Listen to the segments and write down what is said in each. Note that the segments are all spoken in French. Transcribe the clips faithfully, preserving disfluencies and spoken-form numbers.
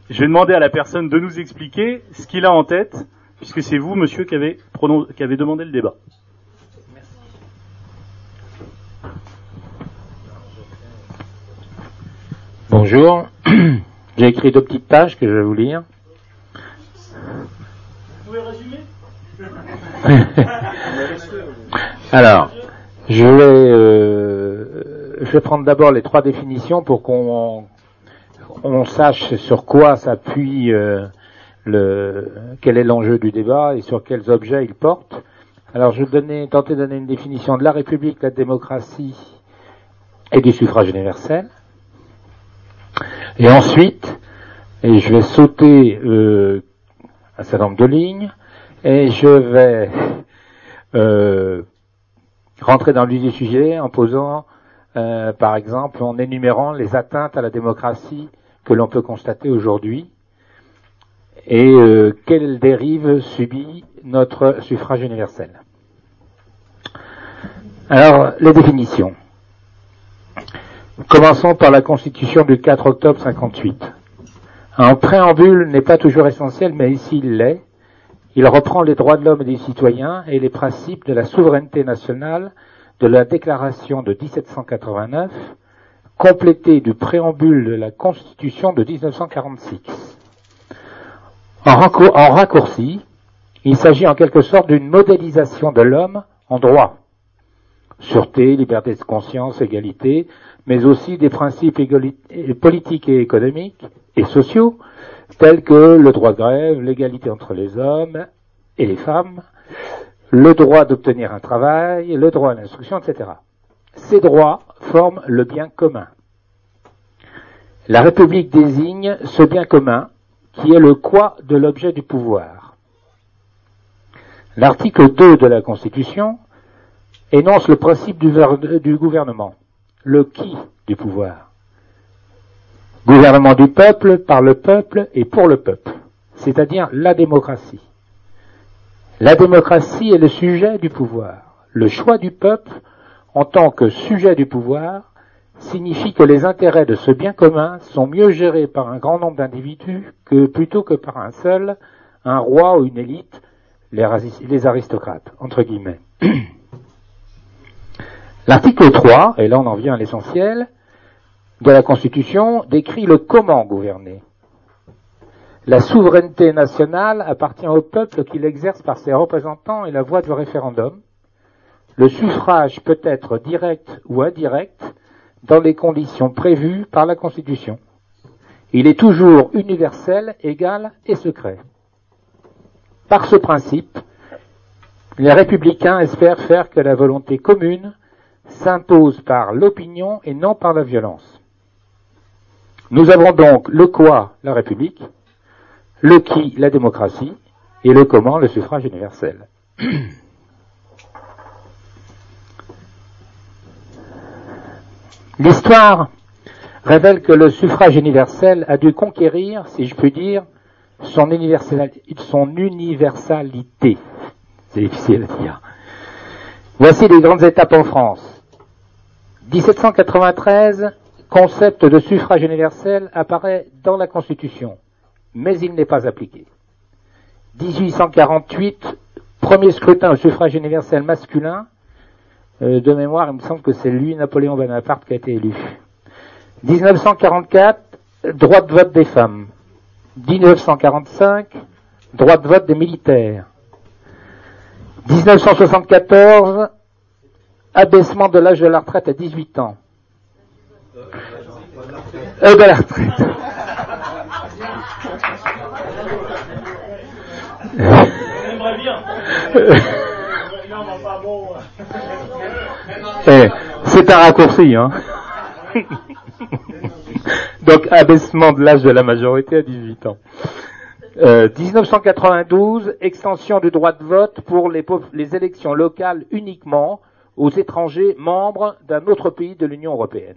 Je vais demander à la personne de nous expliquer ce qu'il a en tête, puisque c'est vous, monsieur, qui avez, pronon- qui avez demandé le débat. Bonjour. J'ai écrit deux petites pages que je vais vous lire. Vous pouvez résumer ? Alors, je vais, euh, je vais prendre d'abord les trois définitions pour qu'on on sache sur quoi s'appuie euh, le, quel est l'enjeu du débat et sur quels objets il porte. Alors, je vais donner, tenter de donner une définition de la République, de la démocratie et du suffrage universel. Et ensuite, et je vais sauter euh, un certain nombre de lignes, et je vais euh, rentrer dans le vif du sujet en posant, euh, par exemple, en énumérant les atteintes à la démocratie que l'on peut constater aujourd'hui, et euh, quelles dérives subit notre suffrage universel. Alors, les définitions. Commençons par la Constitution du quatre octobre cinquante-huit. Un préambule n'est pas toujours essentiel, mais ici il l'est. Il reprend les droits de l'homme et des citoyens et les principes de la souveraineté nationale de la Déclaration de dix-sept cent quatre-vingt-neuf, complétée du préambule de la Constitution de dix-neuf cent quarante-six. En, raccour- en raccourci, il s'agit en quelque sorte d'une modélisation de l'homme en droit. Sûreté, liberté de conscience, égalité, mais aussi des principes égali- politiques et économiques et sociaux, tels que le droit de grève, l'égalité entre les hommes et les femmes, le droit d'obtenir un travail, le droit à l'instruction, et cetera. Ces droits forment le bien commun. La République désigne ce bien commun qui est le quoi de l'objet du pouvoir. L'article deux de la Constitution énonce le principe du, ver- du gouvernement, le qui du pouvoir. Gouvernement du peuple, par le peuple et pour le peuple, c'est-à-dire la démocratie. La démocratie est le sujet du pouvoir. Le choix du peuple, en tant que sujet du pouvoir, signifie que les intérêts de ce bien commun sont mieux gérés par un grand nombre d'individus que plutôt que par un seul, un roi ou une élite, les, les aristocrates, entre guillemets. L'article trois, et là on en vient à l'essentiel, de la Constitution décrit le comment gouverner. La souveraineté nationale appartient au peuple qui l'exerce par ses représentants et la voie du référendum. Le suffrage peut être direct ou indirect dans les conditions prévues par la Constitution. Il est toujours universel, égal et secret. Par ce principe, les républicains espèrent faire que la volonté commune s'impose par l'opinion et non par la violence. Nous avons donc le quoi, la République, le qui, la démocratie, et le comment, le suffrage universel. L'histoire révèle que le suffrage universel a dû conquérir, si je puis dire, son, son universalité. C'est difficile à dire. Voici les grandes étapes en France. dix-sept cent quatre-vingt-treize, concept de suffrage universel apparaît dans la Constitution, mais il n'est pas appliqué. dix-huit cent quarante-huit, premier scrutin au suffrage universel masculin. Euh, de mémoire, il me semble que c'est lui, Napoléon Bonaparte, qui a été élu. dix-neuf cent quarante-quatre, droit de vote des femmes. dix-neuf cent quarante-cinq, droit de vote des militaires. dix-neuf cent soixante-quatorze, abaissement de l'âge de la retraite à dix-huit ans. Euh, de la retraite. J'aimerais bien. Non, mais pas bon. Eh, c'est un raccourci, hein. Donc, abaissement de l'âge de la majorité à dix-huit ans. Euh, dix-neuf cent quatre-vingt-douze, extension du droit de vote pour les, les élections locales uniquement aux étrangers membres d'un autre pays de l'Union européenne.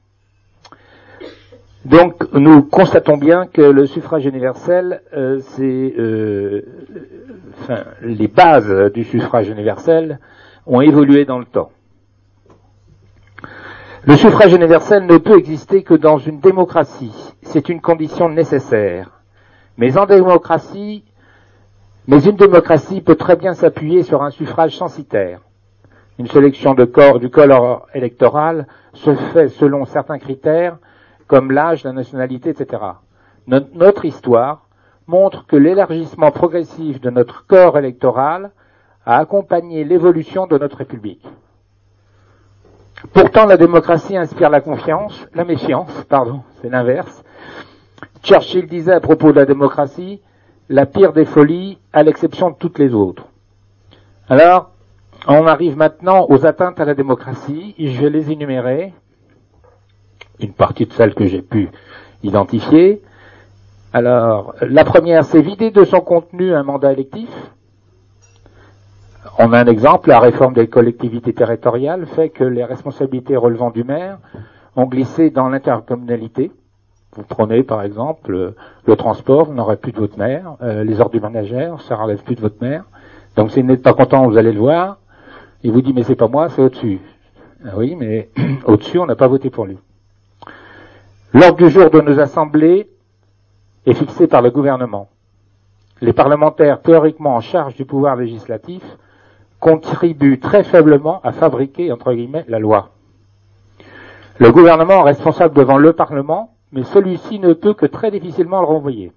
Donc, nous constatons bien que le suffrage universel, euh, c'est, euh, enfin, les bases du suffrage universel ont évolué dans le temps. Le suffrage universel ne peut exister que dans une démocratie. C'est une condition nécessaire. Mais en démocratie, mais une démocratie peut très bien s'appuyer sur un suffrage censitaire. Une sélection de corps, du corps électoral se fait selon certains critères, comme l'âge, la nationalité, et cetera. Notre histoire montre que l'élargissement progressif de notre corps électoral a accompagné l'évolution de notre République. Pourtant, la démocratie inspire la confiance, la méfiance, pardon, c'est l'inverse. Churchill disait à propos de la démocratie, la pire des folies, à l'exception de toutes les autres. Alors, on arrive maintenant aux atteintes à la démocratie, je vais les énumérer, une partie de celles que j'ai pu identifier. Alors, la première, c'est vider de son contenu un mandat électif. On a un exemple, la réforme des collectivités territoriales fait que les responsabilités relevant du maire ont glissé dans l'intercommunalité. Vous prenez par exemple le, le transport, vous n'aurez plus de votre maire, euh, les ordres du ménagère, ça ne relève plus de votre maire. Donc si vous n'êtes pas content, vous allez le voir, il vous dit mais c'est pas moi, c'est au-dessus. Ah oui, mais au-dessus, on n'a pas voté pour lui. L'ordre du jour de nos assemblées est fixé par le gouvernement. Les parlementaires théoriquement en charge du pouvoir législatif contribue très faiblement à fabriquer, entre guillemets, la loi. Le gouvernement est responsable devant le Parlement, mais celui-ci ne peut que très difficilement le renvoyer.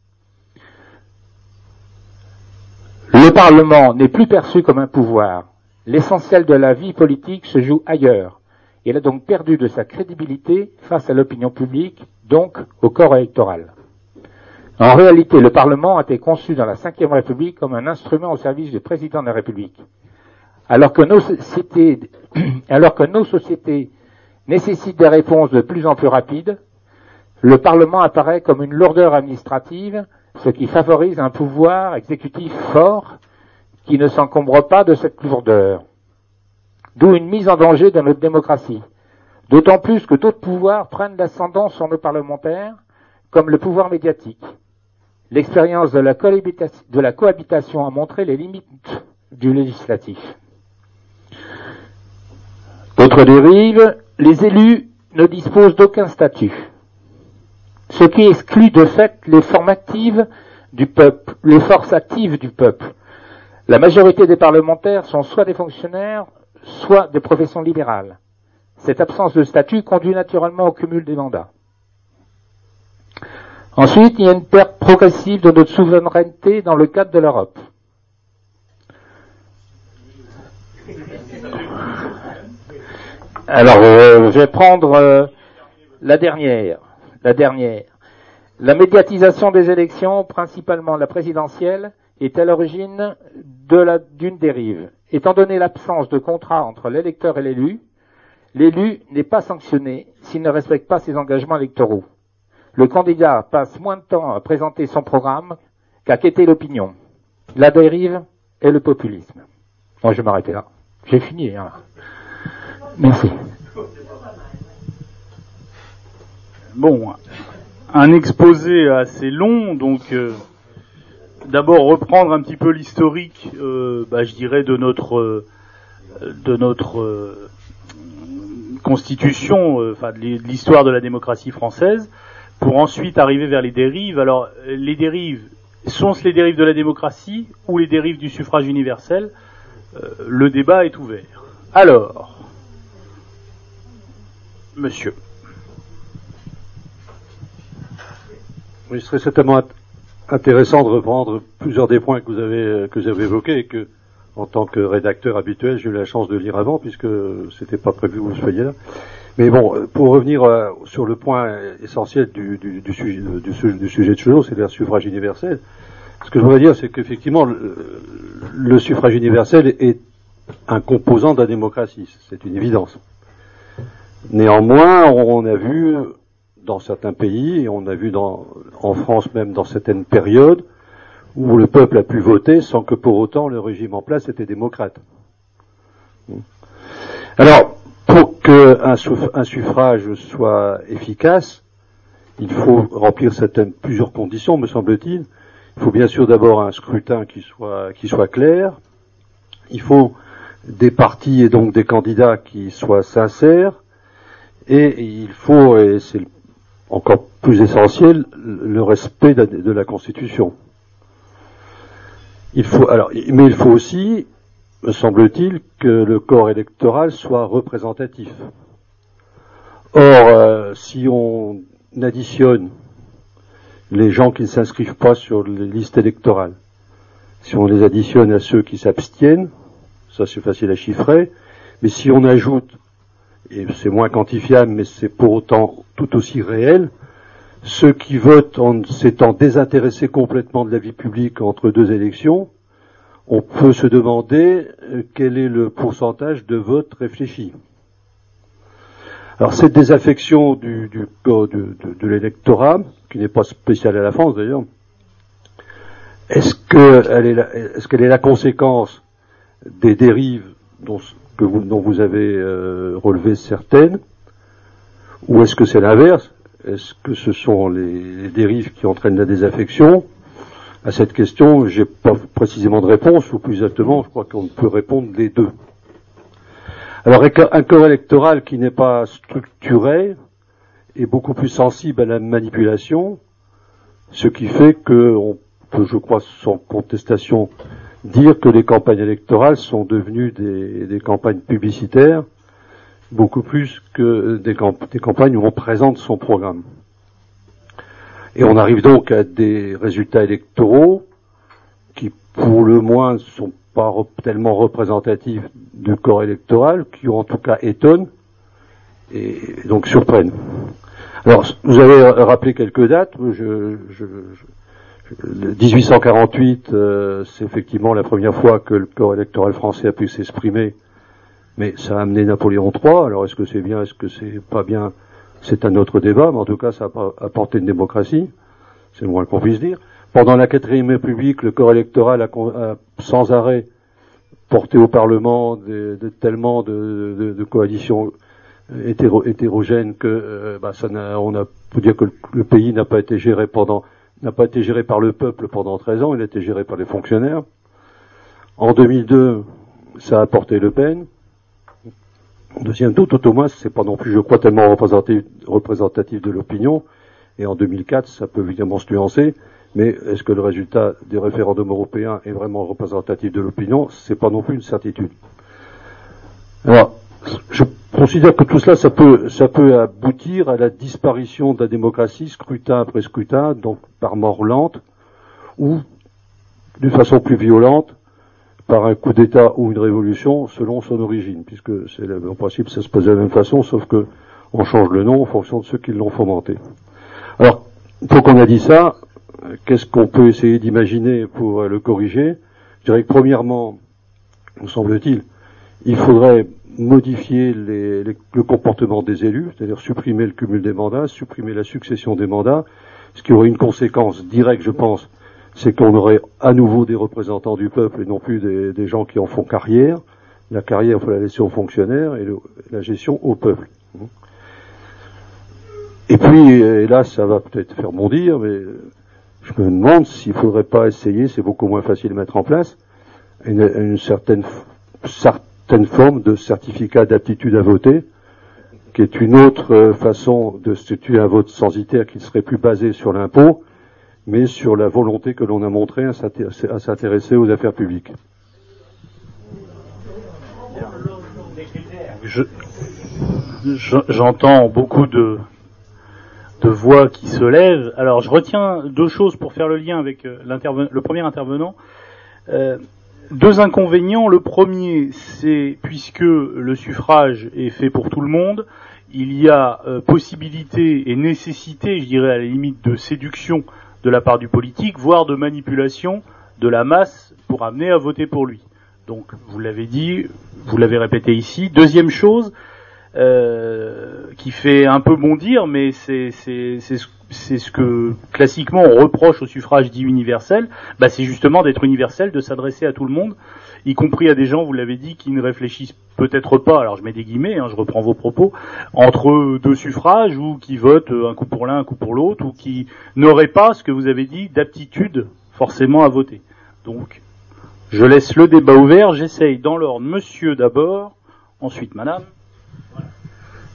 Le Parlement n'est plus perçu comme un pouvoir. L'essentiel de la vie politique se joue ailleurs. Il a donc perdu de sa crédibilité face à l'opinion publique, donc au corps électoral. En réalité, le Parlement a été conçu dans la cinquième République comme un instrument au service du président de la République. Alors que nos sociétés, alors que nos sociétés nécessitent des réponses de plus en plus rapides, le Parlement apparaît comme une lourdeur administrative, ce qui favorise un pouvoir exécutif fort qui ne s'encombre pas de cette lourdeur. D'où une mise en danger de notre démocratie. D'autant plus que d'autres pouvoirs prennent l'ascendant sur nos parlementaires, comme le pouvoir médiatique. L'expérience de la, de la cohabitation a montré les limites du législatif. Autre dérive, les élus ne disposent d'aucun statut, ce qui exclut de fait les formes actives du peuple, les forces actives du peuple. La majorité des parlementaires sont soit des fonctionnaires, soit des professions libérales. Cette absence de statut conduit naturellement au cumul des mandats. Ensuite, il y a une perte progressive de notre souveraineté dans le cadre de l'Europe. Alors, euh, je vais prendre euh, la dernière. La dernière. La médiatisation des élections, principalement la présidentielle, est à l'origine de la, d'une dérive. Étant donné l'absence de contrat entre l'électeur et l'élu, l'élu n'est pas sanctionné s'il ne respecte pas ses engagements électoraux. Le candidat passe moins de temps à présenter son programme qu'à quêter l'opinion. La dérive est le populisme. Moi, je vais m'arrêter là. J'ai fini. Hein. Merci. Bon, un exposé assez long, donc euh, d'abord reprendre un petit peu l'historique, euh, bah, je dirais, de notre euh, de notre euh, constitution, enfin euh, de l'histoire de la démocratie française, pour ensuite arriver vers les dérives. Alors, les dérives, sont-ce les dérives de la démocratie ou les dérives du suffrage universel? euh, Le débat est ouvert. Alors, monsieur. Oui, ce serait certainement intéressant de reprendre plusieurs des points que vous avez que vous avez évoqués et que, en tant que rédacteur habituel, j'ai eu la chance de lire avant puisque c'était pas prévu que vous soyez là. Mais bon, pour revenir euh, sur le point essentiel du, du, du, sujet, du, du sujet de ce jour, c'est le suffrage universel. Ce que je voudrais dire, c'est qu'effectivement, le, le suffrage universel est un composant de la démocratie. C'est une évidence. Néanmoins, on a vu dans certains pays, et on a vu dans, en France même dans certaines périodes, où le peuple a pu voter sans que pour autant le régime en place était démocrate. Alors, pour qu'un un suffrage soit efficace, il faut remplir certaines, plusieurs conditions, me semble-t-il. Il faut bien sûr d'abord un scrutin qui soit, qui soit clair. Il faut des partis et donc des candidats qui soient sincères. Et il faut, et c'est encore plus essentiel, le respect de la Constitution. Il faut, alors, mais il faut aussi, me semble-t-il, que le corps électoral soit représentatif. Or, euh, si on additionne les gens qui ne s'inscrivent pas sur les listes électorales, si on les additionne à ceux qui s'abstiennent, ça c'est facile à chiffrer, mais si on ajoute, et c'est moins quantifiable, mais c'est pour autant tout aussi réel, ceux qui votent en s'étant désintéressés complètement de la vie publique entre deux élections, on peut se demander quel est le pourcentage de votes réfléchis. Alors cette désaffection du, du, de, de, de l'électorat, qui n'est pas spéciale à la France d'ailleurs, est-ce qu'elle est, la, est-ce qu'elle est la conséquence des dérives dont, que vous, dont vous avez euh, relevé certaines, ou est-ce que c'est l'inverse? Est-ce que ce sont les, les dérives qui entraînent la désaffection? À cette question, j'ai pas précisément de réponse, ou plus exactement, je crois qu'on peut répondre les deux. Alors, un corps électoral qui n'est pas structuré est beaucoup plus sensible à la manipulation, ce qui fait qu'on peut, je crois, sans contestation, dire que les campagnes électorales sont devenues des, des campagnes publicitaires, beaucoup plus que des, camp- des campagnes où on présente son programme. Et on arrive donc à des résultats électoraux qui, pour le moins, ne sont pas re- tellement représentatifs du corps électoral, qui en tout cas étonnent et donc surprennent. Alors, vous avez rappelé quelques dates. Je, je, je, dix-huit cent quarante-huit, euh, c'est effectivement la première fois que le corps électoral français a pu s'exprimer. Mais ça a amené Napoléon trois, alors est-ce que c'est bien, est-ce que c'est pas bien, c'est un autre débat, mais en tout cas ça a apporté une démocratie, c'est le moins qu'on puisse dire. Pendant la quatrième République, le corps électoral a, a sans arrêt porté au Parlement de, de, tellement de, de, de coalitions hétéro, hétérogènes que euh, bah, ça n'a, on a peut dire que le, le pays n'a pas été géré pendant, n'a pas été géré par le peuple pendant treize ans, il a été géré par les fonctionnaires. En deux mille deux, ça a porté Le Pen. Deuxième doute, au moins, c'est pas non plus, je crois, tellement représentatif, représentatif de l'opinion. Et en deux mille quatre, ça peut évidemment se nuancer. Mais est-ce que le résultat des référendums européens est vraiment représentatif de l'opinion? C'est pas non plus une certitude. Alors, je considère que tout cela, ça peut, ça peut aboutir à la disparition de la démocratie, scrutin après scrutin, donc par mort lente, ou d'une façon plus violente, par un coup d'État ou une révolution, selon son origine, puisque c'est le, en principe ça se passe de la même façon, sauf que on change le nom en fonction de ceux qui l'ont fomenté. Alors, une fois qu'on a dit ça, qu'est-ce qu'on peut essayer d'imaginer pour le corriger? Je dirais que premièrement, me semble-t-il, il faudrait modifier les, les, le comportement des élus, c'est-à-dire supprimer le cumul des mandats, supprimer la succession des mandats, ce qui aurait une conséquence directe, je pense, c'est qu'on aurait à nouveau des représentants du peuple et non plus des, des gens qui en font carrière. La carrière, il faut la laisser aux fonctionnaires et le, la gestion au peuple. Et puis, et là, ça va peut-être faire bondir, mais je me demande s'il ne faudrait pas essayer, c'est beaucoup moins facile à mettre en place, une, une certaine, certaine forme de certificat d'aptitude à voter, qui est une autre façon de statuer un vote censitaire qui ne serait plus basé sur l'impôt, mais sur la volonté que l'on a montrée à s'intéresser aux affaires publiques. Je, je, j'entends beaucoup de, de voix qui se lèvent. Alors, je retiens deux choses pour faire le lien avec le premier intervenant. Euh, deux inconvénients. Le premier, c'est puisque le suffrage est fait pour tout le monde, il y a euh, possibilité et nécessité, je dirais à la limite, de séduction de la part du politique, voire de manipulation de la masse pour amener à voter pour lui. Donc, vous l'avez dit, vous l'avez répété ici. Deuxième chose, euh, qui fait un peu bondir, mais c'est, c'est, c'est, c'est ce que classiquement on reproche au suffrage dit universel, bah c'est justement d'être universel, de s'adresser à tout le monde, y compris à des gens, vous l'avez dit, qui ne réfléchissent peut-être pas, alors je mets des guillemets, hein, je reprends vos propos, entre deux suffrages, ou qui votent un coup pour l'un, un coup pour l'autre, ou qui n'auraient pas, ce que vous avez dit, d'aptitude forcément à voter. Donc, je laisse le débat ouvert, j'essaye dans l'ordre, monsieur d'abord, ensuite madame.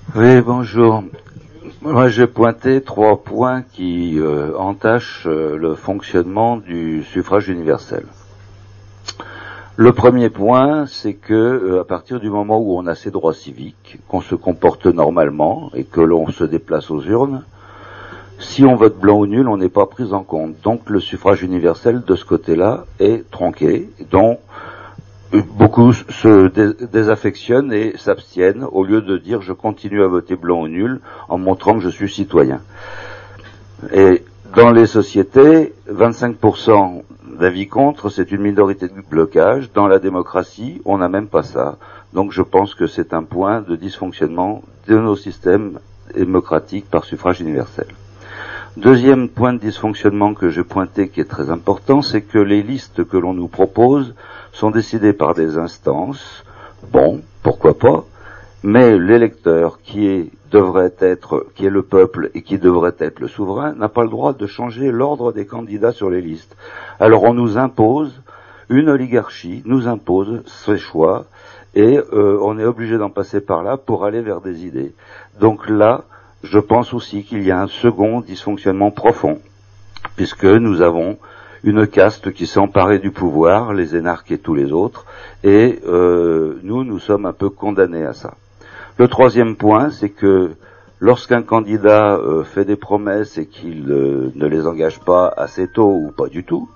Oui, bonjour. Moi, j'ai pointé trois points qui euh, entachent euh, le fonctionnement du suffrage universel. Le premier point, c'est que euh, à partir du moment où on a ses droits civiques, qu'on se comporte normalement et que l'on se déplace aux urnes, si on vote blanc ou nul, on n'est pas pris en compte. Donc le suffrage universel de ce côté-là est tronqué, dont beaucoup se désaffectionnent et s'abstiennent au lieu de dire je continue à voter blanc ou nul en montrant que je suis citoyen. Et dans les sociétés, vingt-cinq pour cent d'avis contre, c'est une minorité de blocage. Dans la démocratie, on n'a même pas ça. Donc je pense que c'est un point de dysfonctionnement de nos systèmes démocratiques par suffrage universel. Deuxième point de dysfonctionnement que j'ai pointé qui est très important, c'est que les listes que l'on nous propose sont décidées par des instances. Bon, pourquoi pas, mais l'électeur qui est, devrait être, qui est le peuple et qui devrait être le souverain, n'a pas le droit de changer l'ordre des candidats sur les listes. Alors on nous impose, une oligarchie nous impose ses choix et euh, on est obligé d'en passer par là pour aller vers des idées. Donc là, je pense aussi qu'il y a un second dysfonctionnement profond, puisque nous avons une caste qui s'est emparée du pouvoir, les énarques et tous les autres, et euh, nous, nous sommes un peu condamnés à ça. Le troisième point, c'est que lorsqu'un candidat euh, fait des promesses et qu'il euh, ne les engage pas assez tôt ou pas du tout,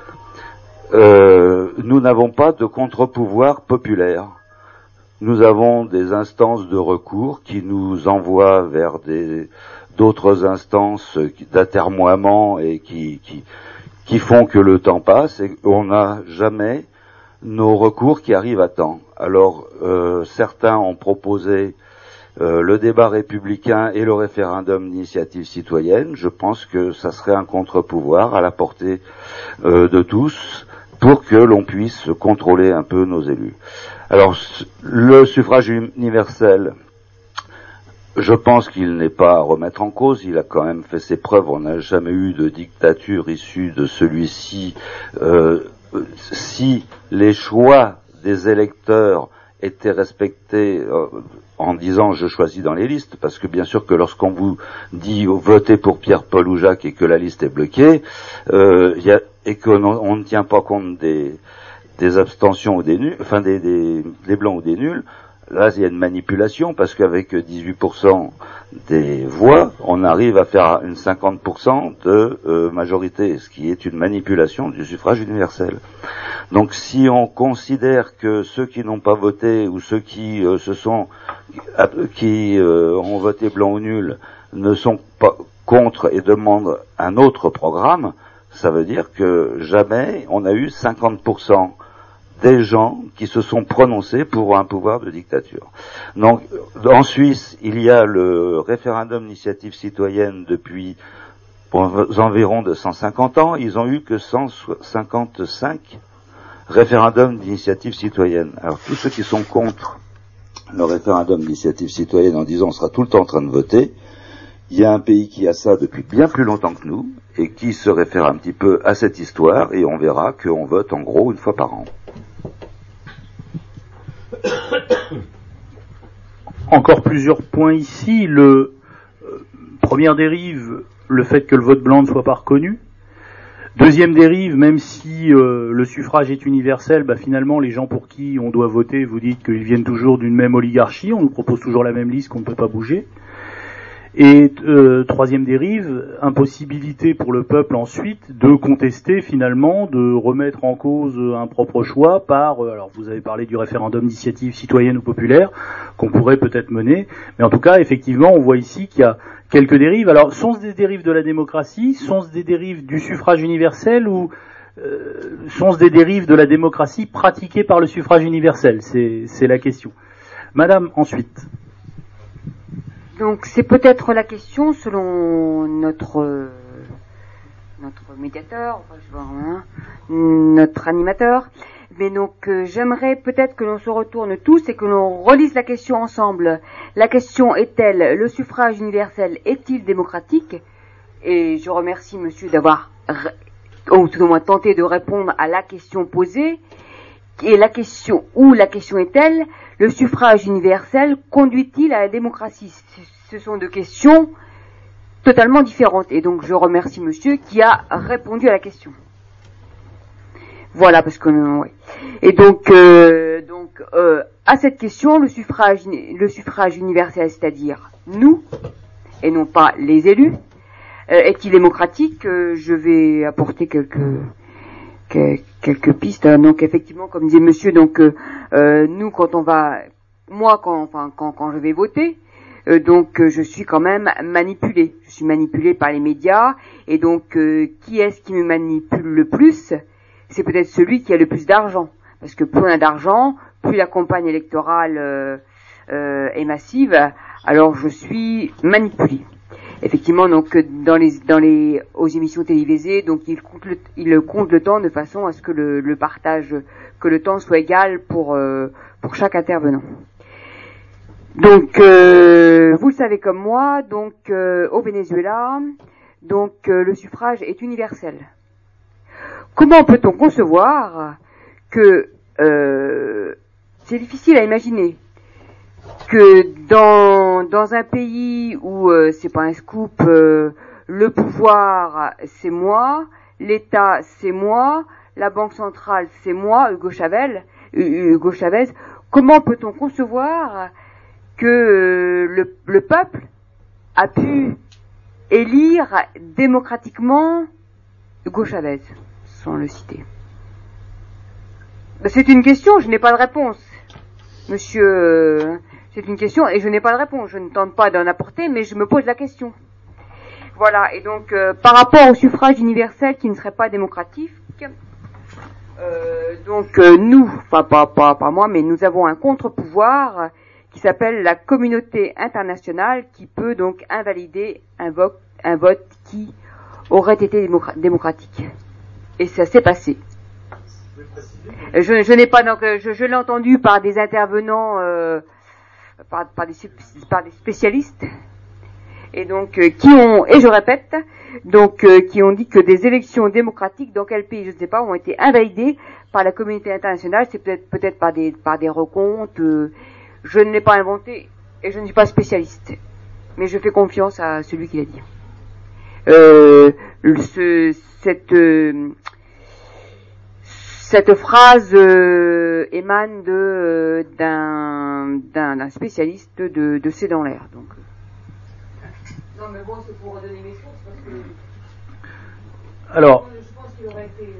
euh, nous n'avons pas de contre-pouvoir populaire. Nous avons des instances de recours qui nous envoient vers des d'autres instances d'atermoiement et qui, qui qui font que le temps passe et on n'a jamais nos recours qui arrivent à temps. Alors euh, certains ont proposé euh, le débat républicain et le référendum d'initiative citoyenne. Je pense que ça serait un contre-pouvoir à la portée euh, de tous pour que l'on puisse contrôler un peu nos élus. Alors, le suffrage universel, je pense qu'il n'est pas à remettre en cause, il a quand même fait ses preuves, on n'a jamais eu de dictature issue de celui-ci. Euh, si les choix des électeurs étaient respectés euh, en disant je choisis dans les listes, parce que bien sûr que lorsqu'on vous dit votez pour Pierre, Paul ou Jacques et que la liste est bloquée, euh, y a, et qu'on on ne tient pas compte des des abstentions ou des nuls, enfin des, des, des blancs ou des nuls, là il y a une manipulation parce qu'avec dix-huit pour cent des voix, on arrive à faire une cinquante pour cent de euh, majorité, ce qui est une manipulation du suffrage universel. Donc si on considère que ceux qui n'ont pas voté ou ceux qui euh, se sont qui euh, ont voté blanc ou nul ne sont pas contre et demandent un autre programme, ça veut dire que jamais on a eu cinquante pour cent des gens qui se sont prononcés pour un pouvoir de dictature. Donc, en Suisse, il y a le référendum d'initiative citoyenne depuis environ de cent cinquante ans. Ils ont eu que cent cinquante-cinq référendums d'initiative citoyenne. Alors, tous ceux qui sont contre le référendum d'initiative citoyenne en disant on sera tout le temps en train de voter, il y a un pays qui a ça depuis bien plus longtemps que nous et qui se réfère un petit peu à cette histoire et on verra qu'on vote en gros une fois par an. Encore plusieurs points ici. Le euh, première dérive, le fait que le vote blanc ne soit pas reconnu. Deuxième dérive, même si euh, le suffrage est universel, bah, finalement les gens pour qui on doit voter, vous dites qu'ils viennent toujours d'une même oligarchie, on nous propose toujours la même liste qu'on ne peut pas bouger. Et euh, troisième dérive, impossibilité pour le peuple ensuite de contester finalement, de remettre en cause un propre choix par, euh, alors vous avez parlé du référendum d'initiative citoyenne ou populaire, qu'on pourrait peut-être mener, mais en tout cas effectivement on voit ici qu'il y a quelques dérives. Alors sont-ce des dérives de la démocratie, sont-ce des dérives du suffrage universel ou euh, sont-ce des dérives de la démocratie pratiquée par le suffrage universel? C'est, c'est la question. Madame, ensuite. Donc c'est peut-être la question selon notre euh, notre médiateur, enfin, je vois, hein, notre animateur. Mais donc euh, j'aimerais peut-être que l'on se retourne tous et que l'on relise la question ensemble. La question est-elle: le suffrage universel est-il démocratique? Et je remercie monsieur d'avoir, ou tout au moins tenté de répondre à la question posée. Et la question, ou la question est-elle: le suffrage universel conduit-il à la démocratie? Ce sont deux questions totalement différentes. Et donc je remercie monsieur qui a répondu à la question. Voilà, parce que ouais. Et donc, euh, donc euh, à cette question, le suffrage, le suffrage universel, c'est-à-dire nous, et non pas les élus, euh, est-il démocratique? euh, Je vais apporter quelques que, quelques pistes. Donc effectivement, comme disait monsieur, donc euh, euh, nous, quand on va, moi, quand, enfin, quand, quand je vais voter, euh, donc euh, je suis quand même manipulé. Je suis manipulé par les médias, et donc euh, qui est-ce qui me manipule le plus? C'est peut-être celui qui a le plus d'argent, parce que plus on a d'argent, plus la campagne électorale euh, euh, est massive, alors je suis manipulé. Effectivement, donc dans les dans les aux émissions télévisées, donc il compte le, il compte le temps de façon à ce que le, le partage, que le temps soit égal pour euh, pour chaque intervenant. Donc euh, vous le savez comme moi, donc euh, au Venezuela, donc euh, le suffrage est universel. Comment peut-on concevoir que euh, c'est difficile à imaginer que dans dans un pays où euh, c'est pas un scoop, euh, le pouvoir c'est moi, l'État c'est moi, la Banque centrale c'est moi, Hugo Chavez, Hugo Chavez, comment peut-on concevoir que euh, le, le peuple a pu élire démocratiquement Hugo Chavez, sans le citer? Ben, c'est une question, je n'ai pas de réponse, monsieur. C'est une question et je n'ai pas de réponse. Je ne tente pas d'en apporter, mais je me pose la question. Voilà. Et donc, euh, par rapport au suffrage universel qui ne serait pas démocratique, euh, donc euh, nous, enfin pas, pas pas moi, mais nous avons un contre-pouvoir qui s'appelle la communauté internationale, qui peut donc invalider un vote, un vote qui aurait été démocra- démocratique. Et ça s'est passé. Je, je n'ai pas donc je, je l'ai entendu par des intervenants, euh, par, par, des, par des spécialistes, et donc euh, qui ont, et je répète, donc euh, qui ont dit que des élections démocratiques dans quel pays je ne sais pas ont été invalidées par la communauté internationale. C'est peut-être peut-être par des par des recomptes. Euh, je ne l'ai pas inventé et je ne suis pas spécialiste, mais je fais confiance à celui qui l'a dit. Euh, ce, cette euh, Cette phrase euh, émane de euh, d'un, d'un d'un spécialiste de de C'est dans l'air. Donc. Non mais bon, c'est pour redonner mes sources parce que. Alors. Je pense qu'il aurait été.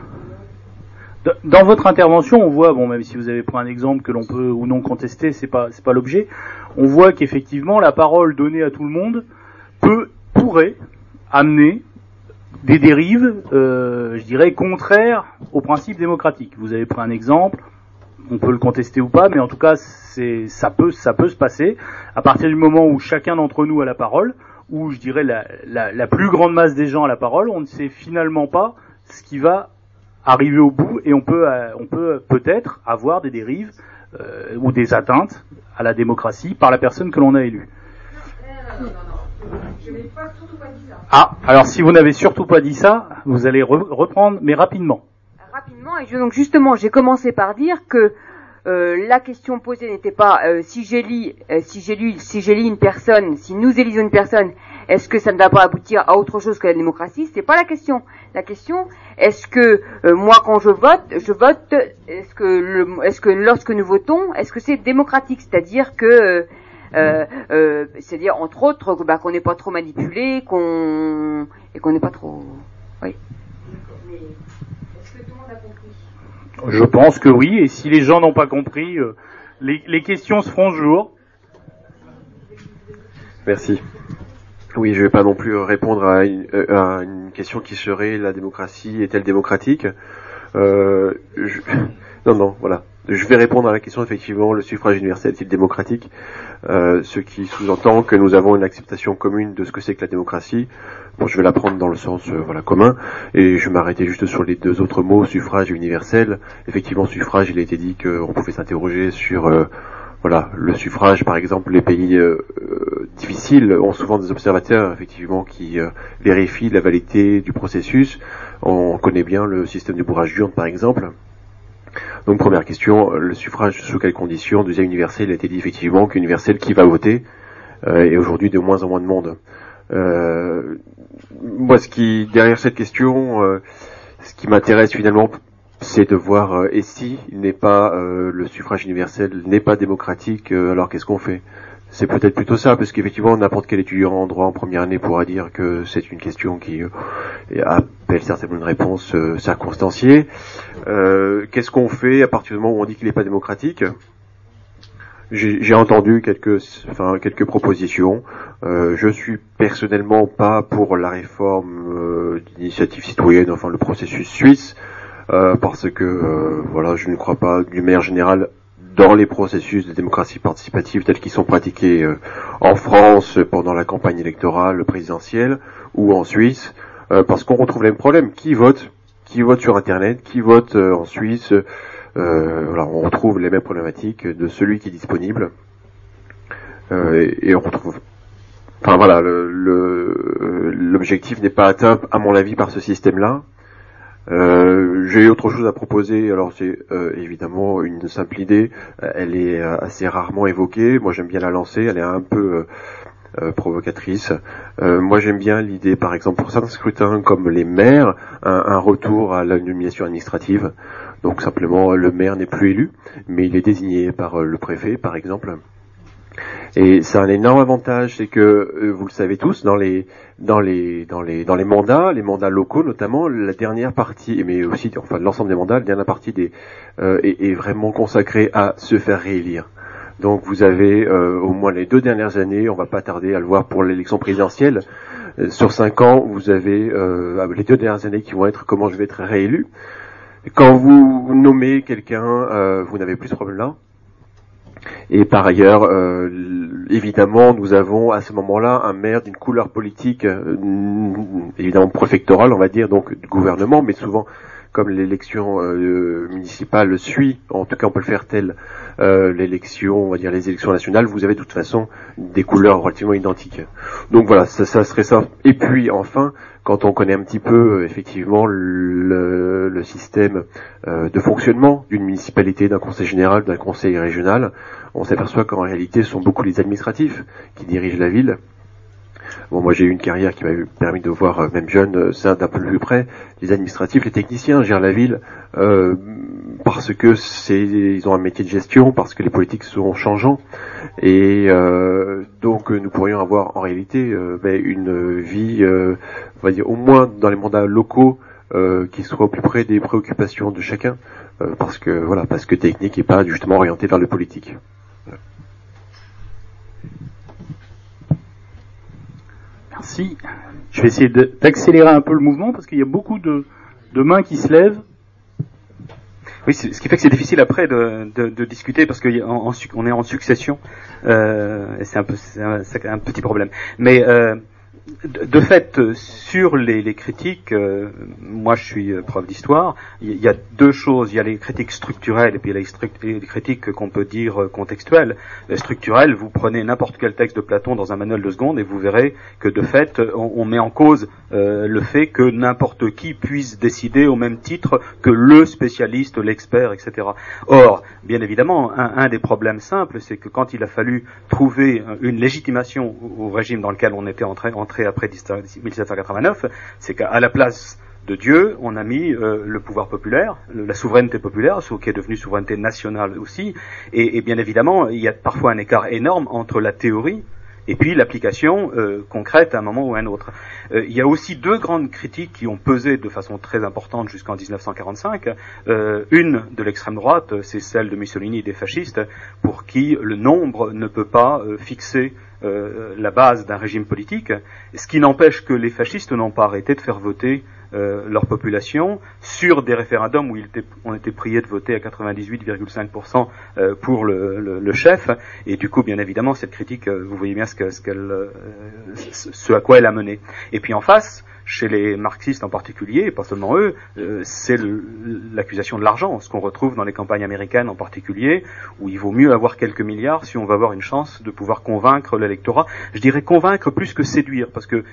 Dans votre intervention, on voit, bon, même si vous avez pris un exemple que l'on peut ou non contester, c'est pas c'est pas l'objet. On voit qu'effectivement la parole donnée à tout le monde peut pourrait amener des dérives, euh, je dirais, contraires au principe démocratique. Vous avez pris un exemple, on peut le contester ou pas, mais en tout cas, c'est, ça peut, ça peut se passer à partir du moment où chacun d'entre nous a la parole, où je dirais la, la, la plus grande masse des gens a la parole, on ne sait finalement pas ce qui va arriver au bout, et on peut, euh, on peut peut-être avoir des dérives euh, ou des atteintes à la démocratie par la personne que l'on a élue. Non, non, non, non. Je n'ai pas surtout pas dit ça. Ah, alors si vous n'avez surtout pas dit ça, vous allez re- reprendre, mais rapidement. Rapidement, et je, donc justement, j'ai commencé par dire que euh, la question posée n'était pas euh, si j'élis, euh, si j'élis, si j'élis une personne, si nous élisons une personne, est-ce que ça ne va pas aboutir à autre chose que la démocratie? C'est pas la question. La question, est-ce que euh, moi quand je vote, je vote, est-ce que le, est-ce que lorsque nous votons, est-ce que c'est démocratique? C'est-à-dire que euh, Euh, euh, c'est-à-dire entre autres bah, qu'on n'est pas trop manipulé, qu'on et qu'on n'est pas trop. Oui. Mais est-ce que tout le monde a compris? Je pense que oui, et si les gens n'ont pas compris, euh, les, les questions se feront jour. Merci. Oui, je ne vais pas non plus répondre à une, à une question qui serait la démocratie est-elle démocratique? euh, je... Non, non, voilà. Je vais répondre à la question, effectivement, le suffrage universel est-il démocratique, euh, ce qui sous-entend que nous avons une acceptation commune de ce que c'est que la démocratie. Bon, je vais la prendre dans le sens euh, voilà commun, et je vais m'arrêter juste sur les deux autres mots, suffrage et universel. Effectivement, suffrage, il a été dit qu'on pouvait s'interroger sur euh, voilà le suffrage, par exemple. Les pays euh, euh, difficiles ont souvent des observateurs, effectivement, qui euh, vérifient la validité du processus. On connaît bien le système du bourrage d'urne, par exemple. Donc première question, le suffrage sous quelles conditions? Deuxième, universel, il a été dit effectivement qu'universel, qui va voter, euh, et aujourd'hui de moins en moins de monde. Euh, moi, ce qui, derrière cette question, euh, ce qui m'intéresse finalement, c'est de voir, euh, et si il n'est pas, euh, le suffrage universel n'est pas démocratique, euh, alors qu'est-ce qu'on fait? C'est peut-être plutôt ça, parce qu'effectivement, n'importe quel étudiant en droit en première année pourra dire que c'est une question qui euh, appelle certainement une réponse euh, circonstanciée. Euh, qu'est-ce qu'on fait à partir du moment où on dit qu'il n'est pas démocratique? J'ai, j'ai entendu quelques, enfin, quelques propositions. Euh, je suis personnellement pas pour la réforme euh, d'initiative citoyenne, enfin le processus suisse, euh, parce que euh, voilà, je ne crois pas d'une manière générale dans les processus de démocratie participative tels qu'ils sont pratiqués euh, en France pendant la campagne électorale présidentielle ou en Suisse, euh, parce qu'on retrouve les mêmes problèmes. Qui vote? Qui vote sur Internet? Qui vote euh, en Suisse? Euh, voilà, on retrouve les mêmes problématiques de celui qui est disponible, euh, et, et on retrouve. Enfin voilà, le, le, l'objectif n'est pas atteint, à mon avis, par ce système-là. Euh, j'ai autre chose à proposer. Alors c'est euh, évidemment une simple idée. Elle est euh, assez rarement évoquée. Moi j'aime bien la lancer. Elle est un peu euh, euh, provocatrice. Euh, moi j'aime bien l'idée, par exemple, pour certains scrutins comme les maires, un, un retour à la nomination administrative. Donc simplement le maire n'est plus élu, mais il est désigné par euh, le préfet, par exemple. Et ça a un énorme avantage, c'est que euh, vous le savez tous, dans les dans les dans les dans les mandats, les mandats locaux notamment, la dernière partie, mais aussi enfin l'ensemble des mandats, la dernière partie des euh, est, est vraiment consacrée à se faire réélire. Donc vous avez euh, au moins les deux dernières années, on va pas tarder à le voir pour l'élection présidentielle. Euh, sur cinq ans, vous avez euh, les deux dernières années qui vont être comment je vais être réélu. Quand vous nommez quelqu'un, euh, vous n'avez plus ce problème-là. Et par ailleurs, euh, évidemment, nous avons à ce moment-là un maire d'une couleur politique, euh, évidemment préfectorale, on va dire, donc du gouvernement, mais souvent, comme l'élection euh, municipale suit, en tout cas on peut le faire tel, euh, l'élection, on va dire les élections nationales, vous avez de toute façon des couleurs relativement identiques. Donc voilà, ça, ça serait ça. Et puis enfin, quand on connaît un petit peu euh, effectivement le, le système euh, de fonctionnement d'une municipalité, d'un conseil général, d'un conseil régional, on s'aperçoit qu'en réalité ce sont beaucoup les administratifs qui dirigent la ville. Bon, moi j'ai eu une carrière qui m'a permis de voir, euh, même jeune, ça d'un peu plus près. Les administratifs, les techniciens gèrent la ville euh, parce que c'est, ils ont un métier de gestion, parce que les politiques sont changeants, et euh, donc nous pourrions avoir en réalité euh, ben, une vie, euh, on va dire au moins dans les mandats locaux, euh, qui soit au plus près des préoccupations de chacun, euh, parce que voilà, parce que technique n'est pas justement orienté vers le politique. Voilà. Merci. Je vais essayer de, d'accélérer un peu le mouvement parce qu'il y a beaucoup de, de mains qui se lèvent. Oui, ce qui fait que c'est difficile après de, de, de discuter parce qu'on est en succession, euh, et c'est un, peu, c'est un, c'est un petit problème. Mais euh, de, de fait, sur les, les critiques, euh, moi je suis prof d'histoire, il y a deux choses, il y a les critiques structurelles et puis les, struct- les critiques qu'on peut dire contextuelles. Les structurelles, vous prenez n'importe quel texte de Platon dans un manuel de seconde et vous verrez que de fait, on, on met en cause euh, le fait que n'importe qui puisse décider au même titre que le spécialiste, l'expert, et cetera. Or, bien évidemment, un, un des problèmes simples, c'est que quand il a fallu trouver une légitimation au, au régime dans lequel on était entré, entré après mille sept cent quatre-vingt-neuf, c'est qu'à la place de Dieu, on a mis euh, le pouvoir populaire, la souveraineté populaire, ce qui est devenu souveraineté nationale aussi, et, et bien évidemment, il y a parfois un écart énorme entre la théorie et puis l'application euh, concrète à un moment ou à un autre. Euh, il y a aussi deux grandes critiques qui ont pesé de façon très importante jusqu'en dix-neuf cent quarante-cinq. Euh, une de l'extrême droite, c'est celle de Mussolini et des fascistes, pour qui le nombre ne peut pas euh, fixer euh, la base d'un régime politique, ce qui n'empêche que les fascistes n'ont pas arrêté de faire voter Euh, leur population sur des référendums où il était, on était prié de voter à quatre-vingt-dix-huit virgule cinq pour cent euh, pour le, le, le chef, et du coup bien évidemment cette critique, euh, vous voyez bien ce, que, ce, qu'elle, euh, ce à quoi elle a mené. Et puis en face, chez les marxistes en particulier, et pas seulement eux, euh, c'est l'accusation de l'argent, ce qu'on retrouve dans les campagnes américaines en particulier, où il vaut mieux avoir quelques milliards si on veut avoir une chance de pouvoir convaincre l'électorat. Je dirais convaincre plus que séduire, parce que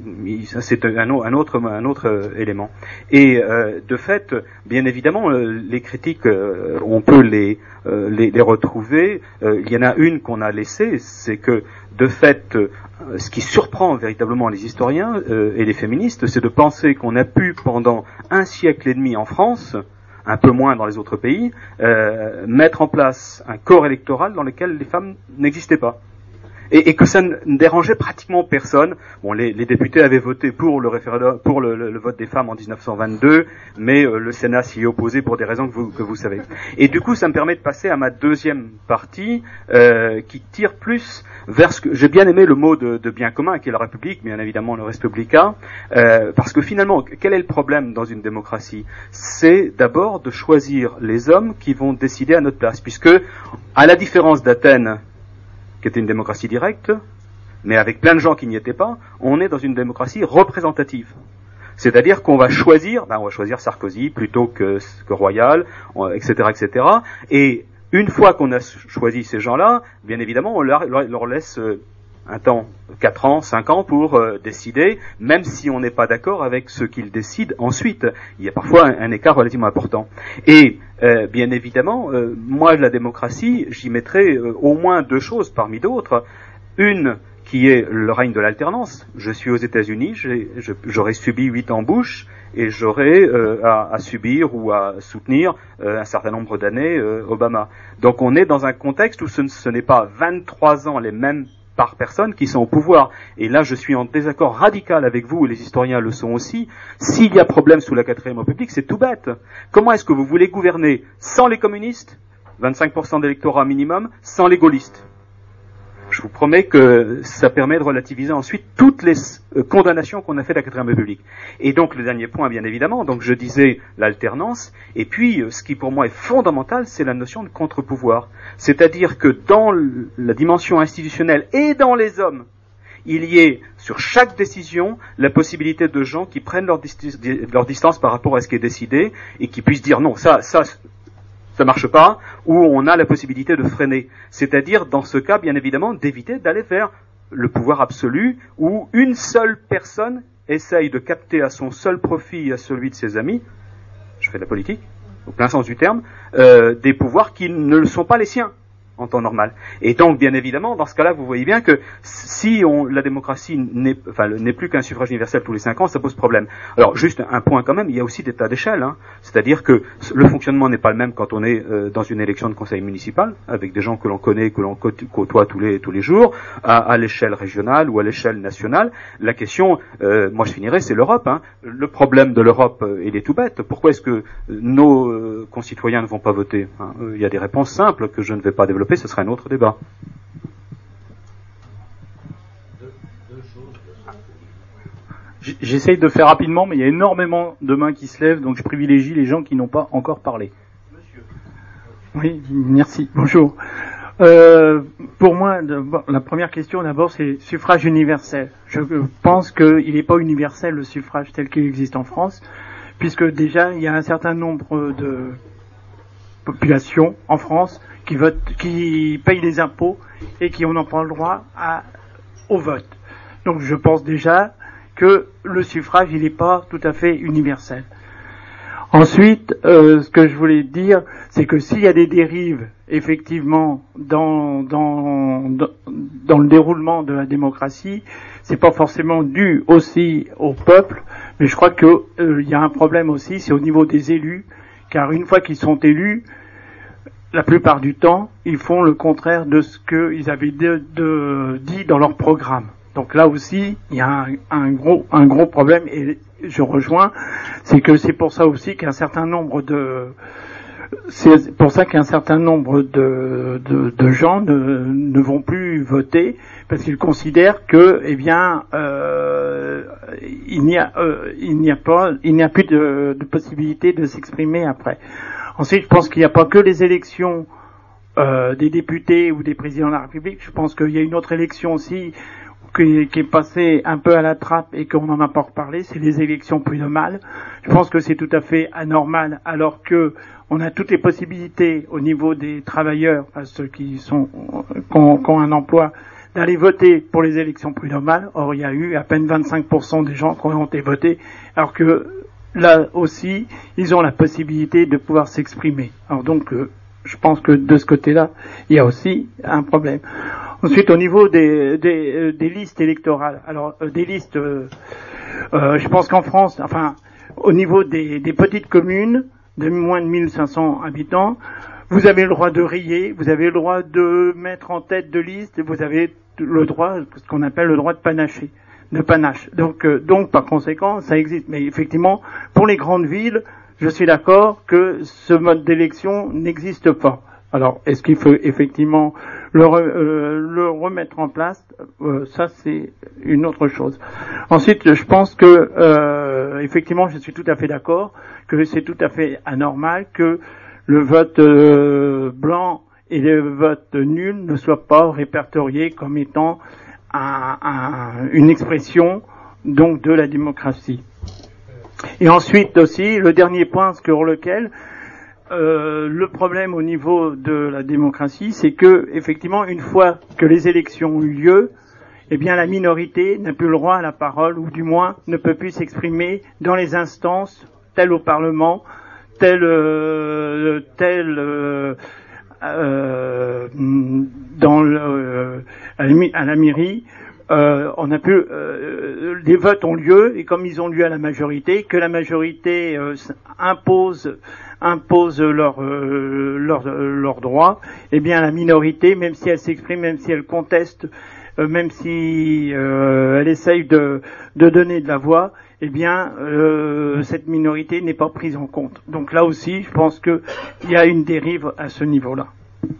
c'est un, un autre, un autre élément. Et euh, de fait, bien évidemment, les critiques, euh, on peut les, euh, les, les retrouver. Euh, il y en a une qu'on a laissée, c'est que de fait, euh, ce qui surprend véritablement les historiens euh, et les féministes, c'est de penser qu'on a pu, pendant un siècle et demi en France, un peu moins dans les autres pays, euh, mettre en place un corps électoral dans lequel les femmes n'existaient pas. Et, et que ça ne dérangeait pratiquement personne. Bon, les, les députés avaient voté pour le référendum, pour le, le, le vote des femmes en dix-neuf cent vingt-deux, mais euh, le Sénat s'y est opposé pour des raisons que vous, que vous savez. Et du coup, ça me permet de passer à ma deuxième partie, euh, qui tire plus vers ce que j'ai bien aimé le mot de, de bien commun, qui est la République, bien évidemment le Respublica, euh, parce que finalement, quel est le problème dans une démocratie? C'est d'abord de choisir les hommes qui vont décider à notre place, puisque, à la différence d'Athènes, qui était une démocratie directe, mais avec plein de gens qui n'y étaient pas, on est dans une démocratie représentative. C'est-à-dire qu'on va choisir, ben on va choisir Sarkozy plutôt que, que Royal, et cetera, et cetera. Et une fois qu'on a choisi ces gens-là, bien évidemment, on leur, leur laisse un temps, quatre ans, cinq ans pour euh, décider, même si on n'est pas d'accord avec ce qu'ils décident ensuite. Il y a parfois un, un écart relativement important. Et euh, bien évidemment, euh, moi, la démocratie, j'y mettrais euh, au moins deux choses parmi d'autres. Une qui est le règne de l'alternance. Je suis aux États-Unis, j'aurais subi huit ans Bush, et j'aurais euh, à, à subir ou à soutenir euh, un certain nombre d'années euh, Obama. Donc on est dans un contexte où ce, ce n'est pas vingt-trois ans les mêmes par personnes qui sont au pouvoir. Et là, je suis en désaccord radical avec vous, et les historiens le sont aussi. S'il y a problème sous la quatrième République, c'est tout bête. Comment est-ce que vous voulez gouverner sans les communistes, vingt-cinq pour cent d'électorat minimum, sans les gaullistes? Je vous promets que ça permet de relativiser ensuite toutes les euh, condamnations qu'on a fait de la quatrième République. Et donc, le dernier point, bien évidemment, donc je disais l'alternance, et puis euh, ce qui pour moi est fondamental, c'est la notion de contre-pouvoir. C'est-à-dire que dans la dimension institutionnelle et dans les hommes, il y ait sur chaque décision la possibilité de gens qui prennent leur, dis- leur distance par rapport à ce qui est décidé, et qui puissent dire non, ça, ça, ça marche pas, ou on a la possibilité de freiner. C'est-à-dire, dans ce cas, bien évidemment, d'éviter d'aller vers le pouvoir absolu, où une seule personne essaye de capter à son seul profit et à celui de ses amis, je fais de la politique, au plein sens du terme, euh, des pouvoirs qui ne le sont pas les siens en temps normal. Et donc, bien évidemment, dans ce cas-là, vous voyez bien que si on, la démocratie n'est, enfin, n'est plus qu'un suffrage universel tous les cinq ans, ça pose problème. Alors, juste un point quand même, il y a aussi des tas d'échelles. Hein. C'est-à-dire que le fonctionnement n'est pas le même quand on est euh, dans une élection de conseil municipal, avec des gens que l'on connaît, que l'on côtoie tous les tous les jours, à, à l'échelle régionale ou à l'échelle nationale. La question, euh, moi je finirai, c'est l'Europe. Hein. Le problème de l'Europe, euh, il est tout bête. Pourquoi est-ce que nos euh, concitoyens ne vont pas voter, hein? Il y a des réponses simples que je ne vais pas développer. Ce sera un autre débat. J'essaye de faire rapidement, mais il y a énormément de mains qui se lèvent, donc je privilégie les gens qui n'ont pas encore parlé. Monsieur. Oui, merci. Bonjour. Euh, pour moi, la première question d'abord, c'est suffrage universel. Je pense qu'il n'est pas universel le suffrage tel qu'il existe en France, puisque déjà il y a un certain nombre de populations en France qui votent, qui payent des impôts et qui n'ont pas le droit à, au vote. Donc je pense déjà que le suffrage, il n'est pas tout à fait universel. Ensuite, euh, ce que je voulais dire, c'est que s'il y a des dérives, effectivement, dans, dans, dans, dans le déroulement de la démocratie, c'est pas forcément dû aussi au peuple, mais je crois qu'il euh, y a un problème aussi, c'est au niveau des élus, car une fois qu'ils sont élus, la plupart du temps, ils font le contraire de ce qu'ils avaient de, de, dit dans leur programme. Donc là aussi, il y a un, un gros, un gros problème, et je rejoins, c'est que c'est pour ça aussi qu'un certain nombre de, c'est pour ça qu'un certain nombre de, de, de gens ne, ne vont plus voter, parce qu'ils considèrent que, eh bien, euh, il n'y a, euh, il n'y a pas, il n'y a plus de, de possibilité de s'exprimer après. Ensuite, je pense qu'il n'y a pas que les élections euh, des députés ou des présidents de la République. Je pense qu'il y a une autre élection aussi qui, qui est passé un peu à la trappe et qu'on n'en a pas reparlé, c'est les élections prud'homales. Je pense que c'est tout à fait anormal, alors que on a toutes les possibilités au niveau des travailleurs, enfin ceux qui sont qui ont, qui ont un emploi, d'aller voter pour les élections prud'homales. Or, il y a eu à peine vingt-cinq pour cent des gens qui ont été votés, alors que là aussi, ils ont la possibilité de pouvoir s'exprimer. Alors donc, euh, je pense que de ce côté-là, il y a aussi un problème. Ensuite, au niveau des, des, euh, des listes électorales, alors euh, des listes, euh, euh, je pense qu'en France, enfin, au niveau des, des petites communes de moins de mille cinq cents habitants, vous avez le droit de rayer, vous avez le droit de mettre en tête de liste, et vous avez le droit, ce qu'on appelle le droit de panacher, de panache. Donc, euh, donc par conséquent, ça existe. Mais effectivement, pour les grandes villes, je suis d'accord que ce mode d'élection n'existe pas. Alors, est-ce qu'il faut effectivement le, re, euh, le remettre en place? euh, Ça, c'est une autre chose. Ensuite, je pense que, euh, effectivement, je suis tout à fait d'accord que c'est tout à fait anormal que le vote euh, blanc et le vote nul ne soient pas répertoriés comme étant un, un, une expression donc de la démocratie. Et ensuite aussi, le dernier point sur lequel euh, le problème au niveau de la démocratie, c'est que effectivement, une fois que les élections ont eu lieu, eh bien la minorité n'a plus le droit à la parole, ou du moins ne peut plus s'exprimer dans les instances telles au Parlement, telles euh, telles euh, euh, dans le, euh, à, la, à la mairie. Euh, on a pu, euh, les votes ont lieu, et comme ils ont lieu à la majorité, que la majorité euh, impose impose leurs euh, leur, leur droits, eh bien la minorité, même si elle s'exprime, même si elle conteste, euh, même si euh, elle essaye de, de donner de la voix, eh bien euh, cette minorité n'est pas prise en compte. Donc là aussi, je pense qu'il y a une dérive à ce niveau-là.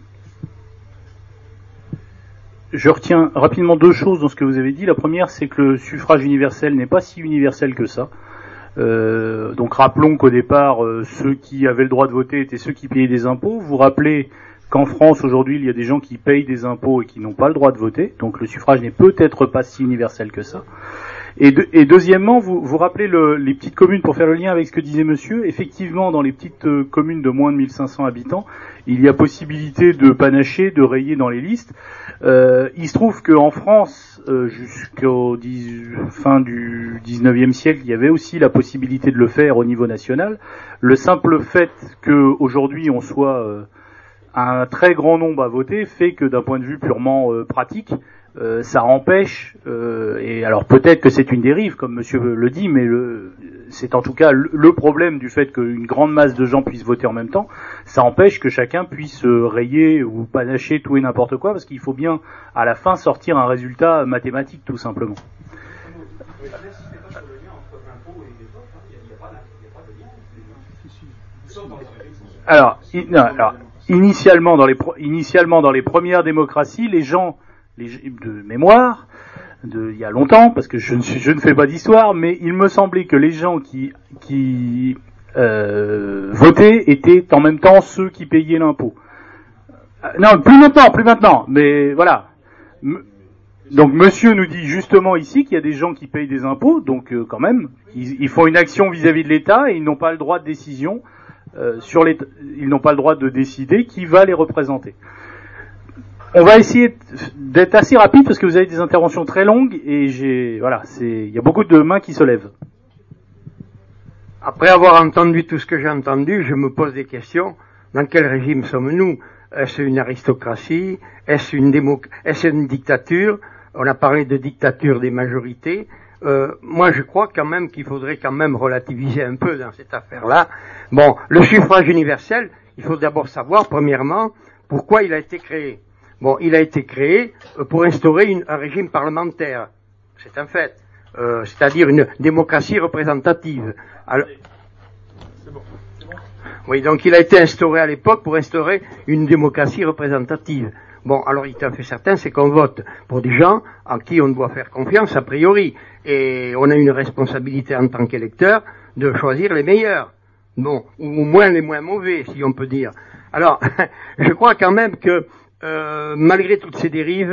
Je retiens rapidement deux choses dans ce que vous avez dit. La première, c'est que le suffrage universel n'est pas si universel que ça. Euh, donc rappelons qu'au départ, euh, ceux qui avaient le droit de voter étaient ceux qui payaient des impôts. Vous rappelez qu'en France, aujourd'hui, il y a des gens qui payent des impôts et qui n'ont pas le droit de voter. Donc le suffrage n'est peut-être pas si universel que ça. Et, de, et deuxièmement, vous, vous rappelez le, les petites communes, pour faire le lien avec ce que disait monsieur. Effectivement, dans les petites euh, communes de moins de mille cinq cents habitants, il y a possibilité de panacher, de rayer dans les listes. Euh, il se trouve qu'en France, euh, jusqu'au dix, fin du dix-neuvième siècle, il y avait aussi la possibilité de le faire au niveau national. Le simple fait qu'aujourd'hui on soit euh, un très grand nombre à voter fait que d'un point de vue purement euh, pratique, euh, ça empêche, euh, et alors peut-être que c'est une dérive, comme monsieur le dit, mais le, c'est en tout cas le, le problème du fait qu'une grande masse de gens puissent voter en même temps, ça empêche que chacun puisse euh, rayer ou panacher tout et n'importe quoi, parce qu'il faut bien à la fin sortir un résultat mathématique tout simplement. Alors, in, non, alors initialement dans les pro, initialement dans les premières démocraties, les gens les, de mémoire, de, il y a longtemps, parce que je ne, suis, je ne fais pas d'histoire, mais il me semblait que les gens qui, qui euh, votaient étaient en même temps ceux qui payaient l'impôt. Euh, non, plus maintenant, plus maintenant, mais voilà. M- donc monsieur nous dit justement ici qu'il y a des gens qui payent des impôts, donc euh, quand même, ils, ils font une action vis-à-vis de l'État et ils n'ont pas le droit de décision euh, sur l'État, ils n'ont pas le droit de décider qui va les représenter. On va essayer d'être assez rapide parce que vous avez des interventions très longues et j'ai, voilà, c'est, il y a beaucoup de mains qui se lèvent. Après avoir entendu tout ce que j'ai entendu, je me pose des questions. Dans quel régime sommes-nous? Est-ce une aristocratie? Est-ce une démo... Est-ce une dictature? On a parlé de dictature des majorités. Euh, moi, je crois quand même qu'il faudrait quand même relativiser un peu dans cette affaire-là. Bon, le suffrage universel, il faut d'abord savoir, premièrement, pourquoi il a été créé. Bon, il a été créé pour instaurer une, un régime parlementaire. C'est un fait. Euh, c'est-à-dire une démocratie représentative. Alors, c'est bon, c'est bon. Oui, donc il a été instauré à l'époque pour instaurer une démocratie représentative. Bon, alors il est tout à fait certain, c'est qu'on vote pour des gens en qui on doit faire confiance a priori. Et on a une responsabilité en tant qu'électeur de choisir les meilleurs. Bon, ou au moins les moins mauvais, si on peut dire. Alors, je crois quand même que Euh, malgré toutes ces dérives,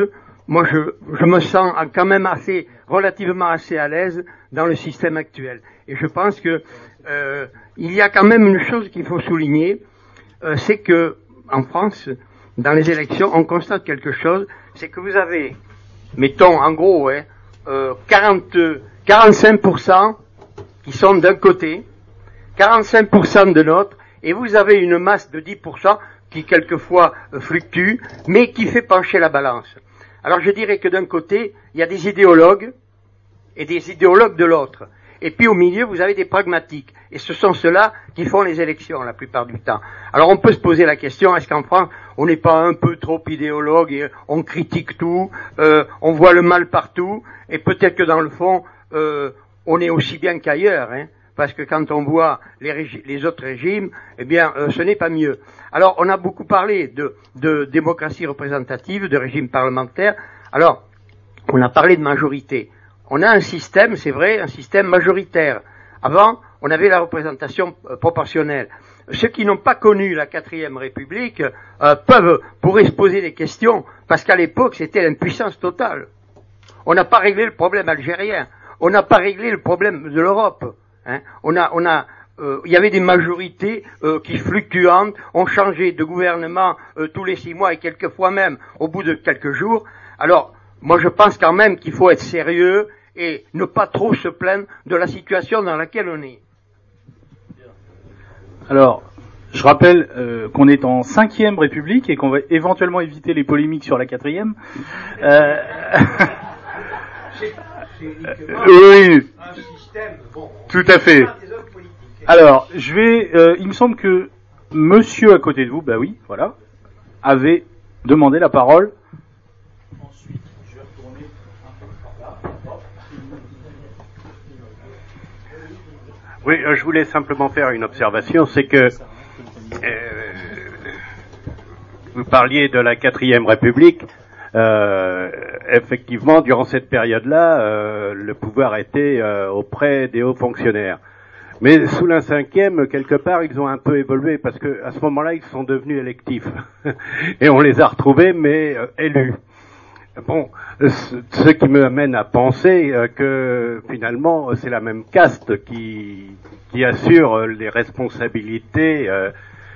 moi je, je me sens quand même assez, relativement assez à l'aise dans le système actuel. Et je pense que euh, il y a quand même une chose qu'il faut souligner, euh, c'est que en France, dans les élections, on constate quelque chose, c'est que vous avez, mettons en gros, hein, euh, quarante, quarante-cinq pour cent qui sont d'un côté, quarante-cinq pour cent de l'autre, et vous avez une masse de dix pour cent qui quelquefois euh, fluctue, mais qui fait pencher la balance. Alors je dirais que d'un côté, il y a des idéologues et des idéologues de l'autre. Et puis au milieu, vous avez des pragmatiques. Et ce sont ceux-là qui font les élections la plupart du temps. Alors on peut se poser la question, est-ce qu'en France, on n'est pas un peu trop idéologue et on critique tout, euh, on voit le mal partout, et peut-être que dans le fond, euh, on est aussi bien qu'ailleurs, hein, parce que quand on voit les, régi- les autres régimes, eh bien, euh, ce n'est pas mieux. Alors on a beaucoup parlé de, de démocratie représentative, de régime parlementaire. Alors, on a parlé de majorité. On a un système, c'est vrai, un système majoritaire. Avant, on avait la représentation euh, proportionnelle. Ceux qui n'ont pas connu la quatrième République euh, peuvent, pourraient se poser des questions, parce qu'à l'époque, c'était l'impuissance totale. On n'a pas réglé le problème algérien. On n'a pas réglé le problème de l'Europe. Hein. On a, on a, euh, il y avait des majorités euh, qui fluctuantes. On changeait de gouvernement euh, tous les six mois et quelquefois même au bout de quelques jours. Alors, moi, je pense quand même qu'il faut être sérieux et ne pas trop se plaindre de la situation dans laquelle on est. Alors, je rappelle euh, qu'on est en cinquième République et qu'on va éventuellement éviter les polémiques sur la quatrième. Euh... oui, Un système, bon, tout à fait. Alors, je vais. Euh, il me semble que Monsieur à côté de vous, bah oui, voilà, avait demandé la parole. Ensuite, je vais retourner un peu par là. Oui, euh, je voulais simplement faire une observation, c'est que euh, vous parliez de la quatrième République. Euh, effectivement, durant cette période-là, euh, le pouvoir était euh, auprès des hauts fonctionnaires. Mais sous la cinquième, quelque part, ils ont un peu évolué parce que à ce moment-là, ils sont devenus électifs et on les a retrouvés, mais euh, élus. Bon, ce qui me amène à penser euh, que finalement, c'est la même caste qui qui assure les responsabilités euh,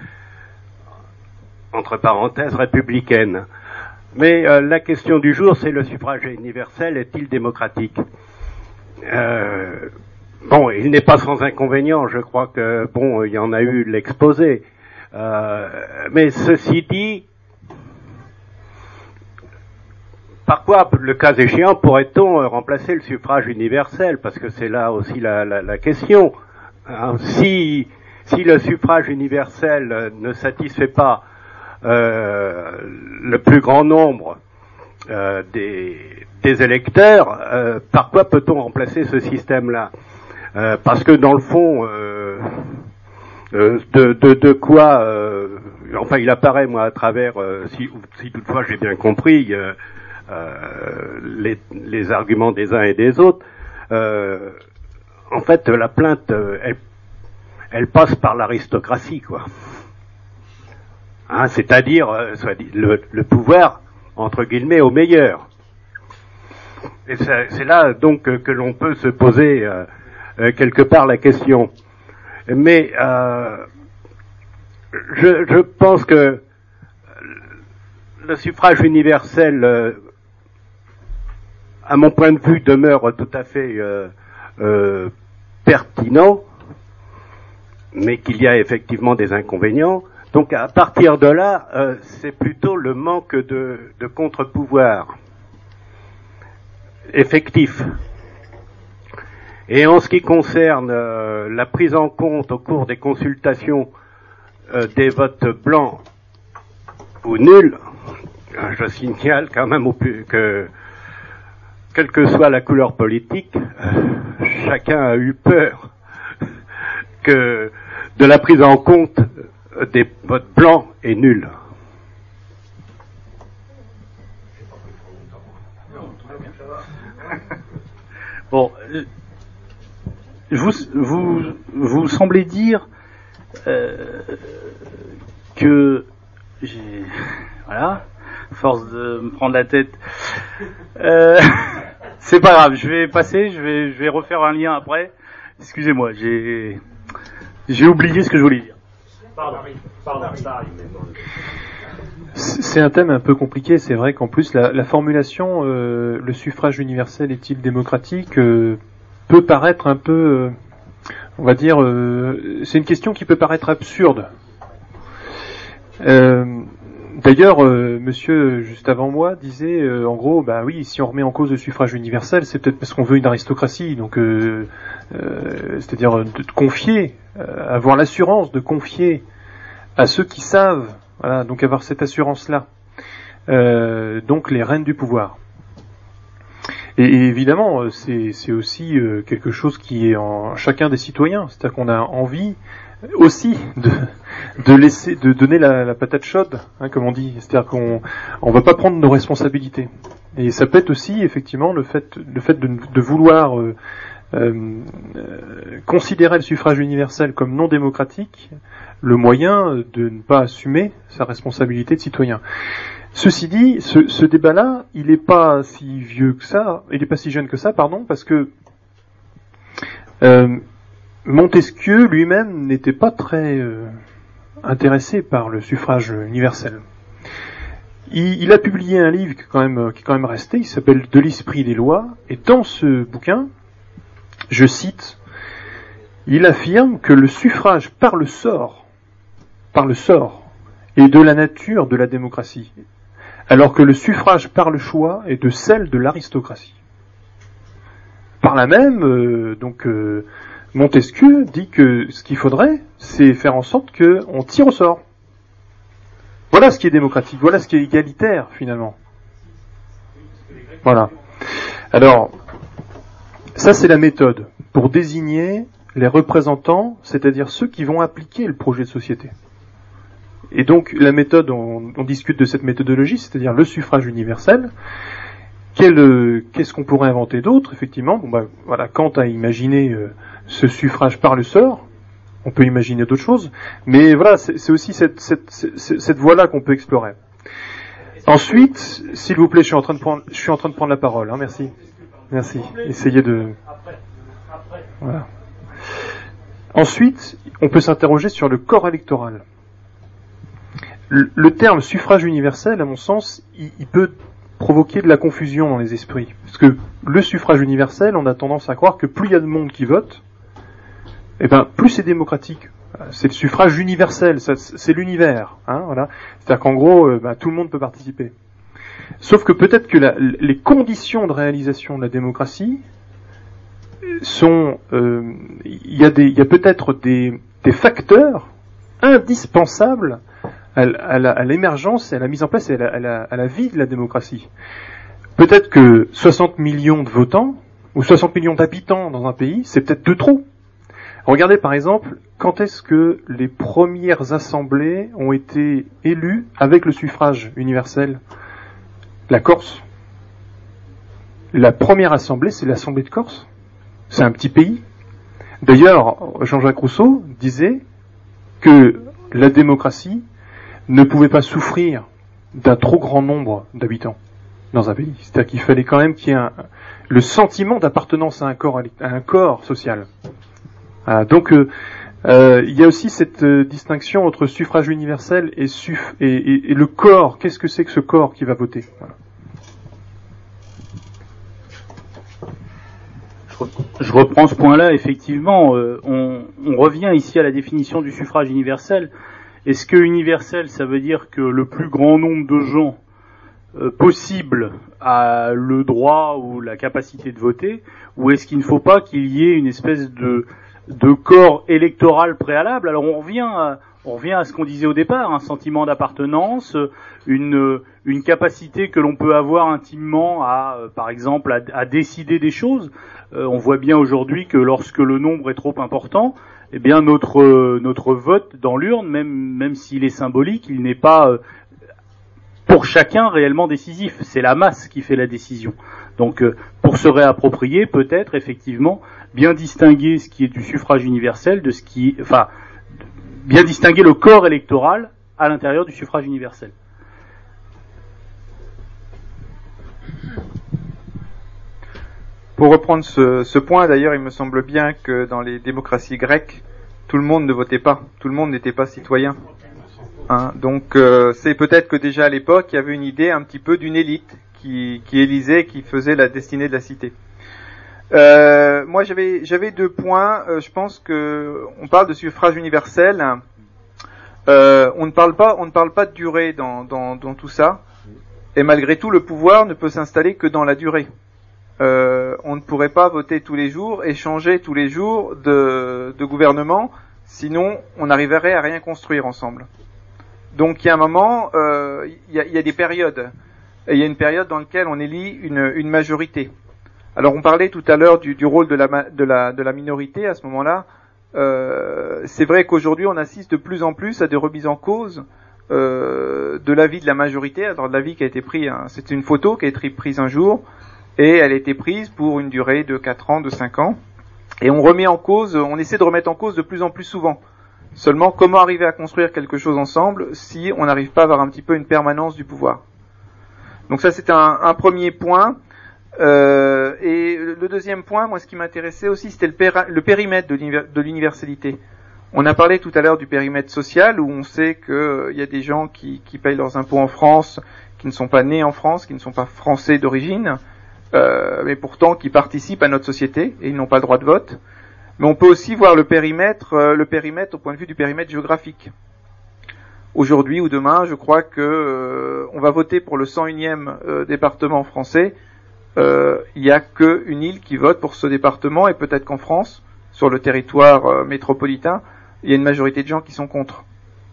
entre parenthèses républicaines. Mais euh, la question du jour, c'est le suffrage universel est-il démocratique ? euh, Bon, il n'est pas sans inconvénient, je crois que, bon, il y en a eu l'exposé. Euh, mais ceci dit, par quoi, le cas échéant, pourrait-on remplacer le suffrage universel ? Parce que c'est là aussi la, la, la question. Hein, si, si le suffrage universel ne satisfait pas euh, le plus grand nombre euh, des, des électeurs, euh, par quoi peut-on remplacer ce système-là ? Euh, parce que dans le fond, euh, euh, de, de, de quoi, euh, enfin il apparaît moi à travers, euh, si, si toutefois j'ai bien compris, euh, euh, les, les arguments des uns et des autres, euh, en fait la plainte, elle, elle passe par l'aristocratie, quoi. Hein, c'est-à-dire euh, soit dit, le, le pouvoir entre guillemets au meilleur. Et c'est, c'est là donc que, que l'on peut se poser euh, Euh, quelque part la question. Mais euh, je, je pense que le suffrage universel, euh, à mon point de vue, demeure tout à fait euh, euh, pertinent, mais qu'il y a effectivement des inconvénients. Donc à partir de là, euh, c'est plutôt le manque de, de contre-pouvoir effectif. Et en ce qui concerne euh, la prise en compte au cours des consultations euh, des votes blancs ou nuls, je signale quand même au plus que, quelle que soit la couleur politique, euh, chacun a eu peur que de la prise en compte des votes blancs et nuls. Bon. Vous, vous, vous semblez dire euh, que j'ai, voilà, force de me prendre la tête. Euh, c'est pas grave, je vais passer, je vais, je vais refaire un lien après. Excusez-moi, j'ai, j'ai oublié ce que je voulais dire. Pardon, pardon, ça arrive. C'est un thème un peu compliqué, c'est vrai qu'en plus la, la formulation euh, le suffrage universel est-il démocratique euh, peut paraître un peu, euh, on va dire, euh, c'est une question qui peut paraître absurde. Euh, D'ailleurs, euh, monsieur juste avant moi disait, euh, en gros, bah oui, si on remet en cause le suffrage universel, c'est peut-être parce qu'on veut une aristocratie, donc euh, euh, c'est-à-dire de, de confier, euh, avoir l'assurance de confier à ceux qui savent. Voilà, donc avoir cette assurance-là. Euh, donc les rênes du pouvoir. Et, et évidemment, c'est, c'est aussi euh, quelque chose qui est en chacun des citoyens. C'est-à-dire qu'on a envie aussi de, de laisser, de donner la, la patate chaude, hein, comme on dit. C'est-à-dire qu'on on va pas prendre nos responsabilités. Et ça peut être aussi effectivement le fait, le fait de, de vouloir euh, euh, considérer le suffrage universel comme non démocratique, le moyen de ne pas assumer sa responsabilité de citoyen. Ceci dit, ce, ce débat-là, il n'est pas si vieux que ça, il n'est pas si jeune que ça, pardon, parce que euh, Montesquieu lui-même n'était pas très euh, intéressé par le suffrage universel. Il, il a publié un livre qui est, quand même, qui est quand même resté, il s'appelle « De l'esprit des lois », et dans ce bouquin, je cite, il affirme que le suffrage par le sort par le sort et de la nature de la démocratie, alors que le suffrage par le choix est de celle de l'aristocratie. Par là même, euh, donc euh, Montesquieu dit que ce qu'il faudrait, c'est faire en sorte qu'on tire au sort. Voilà ce qui est démocratique, voilà ce qui est égalitaire finalement. Voilà. Alors, ça c'est la méthode pour désigner les représentants, c'est-à-dire ceux qui vont appliquer le projet de société. Et donc la méthode, on, on discute de cette méthodologie, c'est-à-dire le suffrage universel. Quel, euh, qu'est-ce qu'on pourrait inventer d'autre, effectivement? Bon, bah, voilà, Kant a imaginé euh, ce suffrage par le sort. On peut imaginer d'autres choses, mais voilà, c'est, c'est aussi cette, cette, cette, cette voie-là qu'on peut explorer. Ensuite, s'il vous plaît, je suis en train de prendre, je suis en train de prendre la parole. Hein, merci, merci. Essayez de. Voilà. Ensuite, on peut s'interroger sur le corps électoral. Le terme suffrage universel, à mon sens, il, il peut provoquer de la confusion dans les esprits. Parce que le suffrage universel, on a tendance à croire que plus il y a de monde qui vote, eh ben, plus c'est démocratique. C'est le suffrage universel, ça, c'est l'univers. Hein, voilà. C'est-à-dire qu'en gros, euh, ben, tout le monde peut participer. Sauf que peut-être que la, les conditions de réalisation de la démocratie sont... Euh, il y a, des, il y a peut-être des, des facteurs indispensables à, à, la, à l'émergence et à la mise en place et à la, à, la, à la vie de la démocratie. Peut-être que soixante millions de votants ou soixante millions d'habitants dans un pays, c'est peut-être de trop. Regardez par exemple, quand est-ce que les premières assemblées ont été élues avec le suffrage universel? La Corse. La première assemblée, c'est l'Assemblée de Corse. C'est un petit pays. D'ailleurs, Jean-Jacques Rousseau disait que la démocratie ne pouvait pas souffrir d'un trop grand nombre d'habitants dans un pays. C'est-à-dire qu'il fallait quand même qu'il y ait un, le sentiment d'appartenance à un corps, à un corps social. Voilà, donc euh, euh, il y a aussi cette euh, distinction entre suffrage universel et, suff, et, et, et le corps. Qu'est-ce que c'est que ce corps qui va voter? Voilà. Je reprends ce point-là, effectivement, euh, on, on revient ici à la définition du suffrage universel. Est-ce que universel, ça veut dire que le plus grand nombre de gens euh, possible a le droit ou la capacité de voter, ou est-ce qu'il ne faut pas qu'il y ait une espèce de, de corps électoral préalable? Alors on revient à, on revient à ce qu'on disait au départ, un sentiment d'appartenance, une, une capacité que l'on peut avoir intimement à, euh, par exemple, à, à décider des choses. Euh, on voit bien aujourd'hui que lorsque le nombre est trop important, eh bien notre euh, notre vote dans l'urne, même même s'il est symbolique, il n'est pas euh, pour chacun réellement décisif. C'est la masse qui fait la décision. Donc, euh, pour se réapproprier, peut-être effectivement bien distinguer ce qui est du suffrage universel de ce qui, enfin, bien distinguer le corps électoral à l'intérieur du suffrage universel. pour reprendre ce, ce point, d'ailleurs, il me semble bien que dans les démocraties grecques, tout le monde ne votait pas, tout le monde n'était pas citoyen. Hein, donc euh, c'est peut-être que déjà à l'époque, il y avait une idée un petit peu d'une élite qui, qui élisait, qui faisait la destinée de la cité. Euh, moi, j'avais, j'avais deux points. Euh, je pense que on parle de suffrage universel. Euh, on ne parle pas, on ne parle pas de durée dans, dans, dans tout ça. Et malgré tout, le pouvoir ne peut s'installer que dans la durée. Euh, on ne pourrait pas voter tous les jours et changer tous les jours de, de gouvernement, sinon on n'arriverait à rien construire ensemble. Donc il y a un moment, euh, il, y a, il y a des périodes. Et il y a une période dans laquelle on élit une, une majorité. Alors on parlait tout à l'heure du, du rôle de la, de, la, de la minorité à ce moment-là. Euh, c'est vrai qu'aujourd'hui on assiste de plus en plus à des remises en cause euh, de l'avis de la majorité. Alors de l'avis qui a été pris, hein, c'était une photo qui a été prise un jour et elle a été prise pour une durée de quatre ans, de cinq ans. Et on remet en cause, on essaie de remettre en cause de plus en plus souvent. Seulement, comment arriver à construire quelque chose ensemble si on n'arrive pas à avoir un petit peu une permanence du pouvoir? Donc ça, c'est un, un premier point. Euh, et le deuxième point, moi, ce qui m'intéressait aussi, c'était le, péri- le périmètre de l'universalité. On a parlé tout à l'heure du périmètre social, où on sait qu'il euh, y a des gens qui, qui payent leurs impôts en France, qui ne sont pas nés en France, qui ne sont pas français d'origine, euh, mais pourtant qui participent à notre société, et ils n'ont pas le droit de vote. Mais on peut aussi voir le périmètre, euh, le périmètre au point de vue du périmètre géographique. Aujourd'hui ou demain, je crois que euh, on va voter pour le cent unième euh, département français. Euh, il n'y a qu'une île qui vote pour ce département, et peut-être qu'en France, sur le territoire euh, métropolitain, il y a une majorité de gens qui sont contre.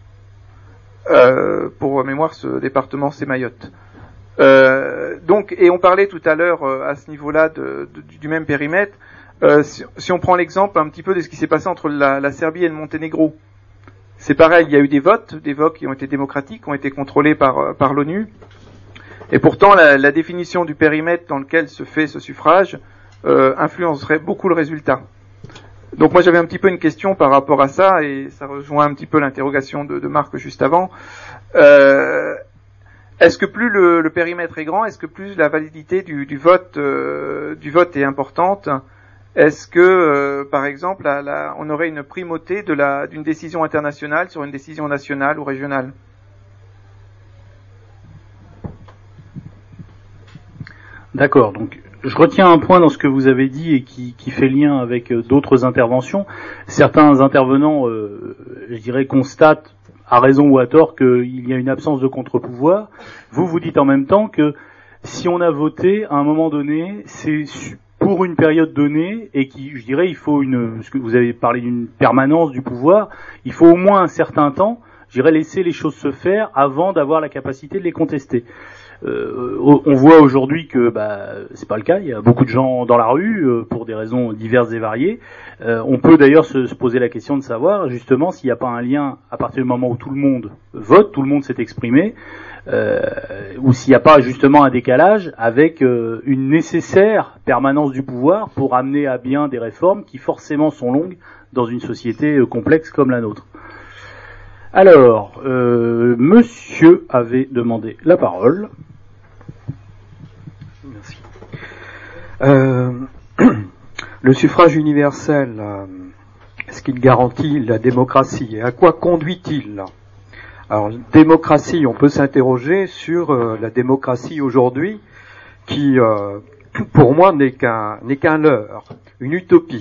Euh, pour mémoire, ce département, c'est Mayotte. Euh, donc, et on parlait tout à l'heure euh, à ce niveau-là de, de, du même périmètre. Euh, si, si on prend l'exemple un petit peu de ce qui s'est passé entre la, la Serbie et le Monténégro, c'est pareil, il y a eu des votes, des votes qui ont été démocratiques, qui ont été contrôlés par, par l'ONU, et pourtant la, la définition du périmètre dans lequel se fait ce suffrage euh, influencerait beaucoup le résultat. Donc moi j'avais un petit peu une question par rapport à ça, et ça rejoint un petit peu l'interrogation de, de Marc juste avant. Euh, est-ce que plus le, le périmètre est grand, est-ce que plus la validité du, du vote euh, du vote est importante? Est-ce que, euh, par exemple, la, la, on aurait une primauté de la, d'une décision internationale sur une décision nationale ou régionale? D'accord. Donc, je retiens un point dans ce que vous avez dit et qui, qui fait lien avec euh, d'autres interventions. Certains intervenants, euh, je dirais, constatent, à raison ou à tort, qu'il y a une absence de contre-pouvoir. Vous, vous dites en même temps que si on a voté, à un moment donné, c'est pour une période donnée, et qui, je dirais, il faut une, parce que vous avez parlé d'une permanence du pouvoir, il faut au moins un certain temps, je dirais, laisser les choses se faire avant d'avoir la capacité de les contester. Euh, on voit aujourd'hui que bah, c'est pas le cas, il y a beaucoup de gens dans la rue euh, pour des raisons diverses et variées. Euh, on peut d'ailleurs se, se poser la question de savoir justement s'il n'y a pas un lien à partir du moment où tout le monde vote, tout le monde s'est exprimé, euh, ou s'il n'y a pas justement un décalage avec euh, une nécessaire permanence du pouvoir pour amener à bien des réformes qui forcément sont longues dans une société euh, complexe comme la nôtre. Alors, euh, monsieur avait demandé la parole. Merci. Euh, le suffrage universel, euh, est-ce qu'il garantit la démocratie et à quoi conduit-il? Alors, démocratie, on peut s'interroger sur euh, la démocratie aujourd'hui, qui, euh, pour moi, n'est qu'un n'est qu'un leurre, une utopie.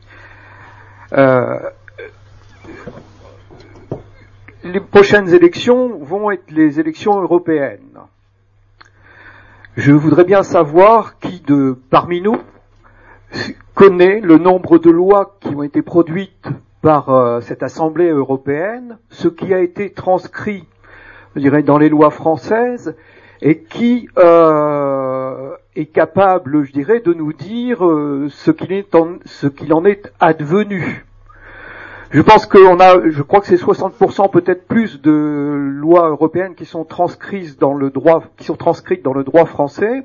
Euh, les prochaines élections vont être les élections européennes. Je voudrais bien savoir qui de parmi nous connaît le nombre de lois qui ont été produites par euh, cette Assemblée européenne, ce qui a été transcrit, je dirais, dans les lois françaises, et qui euh, est capable, je dirais, de nous dire euh, ce qu'il est en, ce qu'il en est advenu. Je pense qu'on a, je crois que c'est soixante pour cent, peut-être plus, de lois européennes qui sont transcrites dans le droit, qui sont transcrites dans le droit français.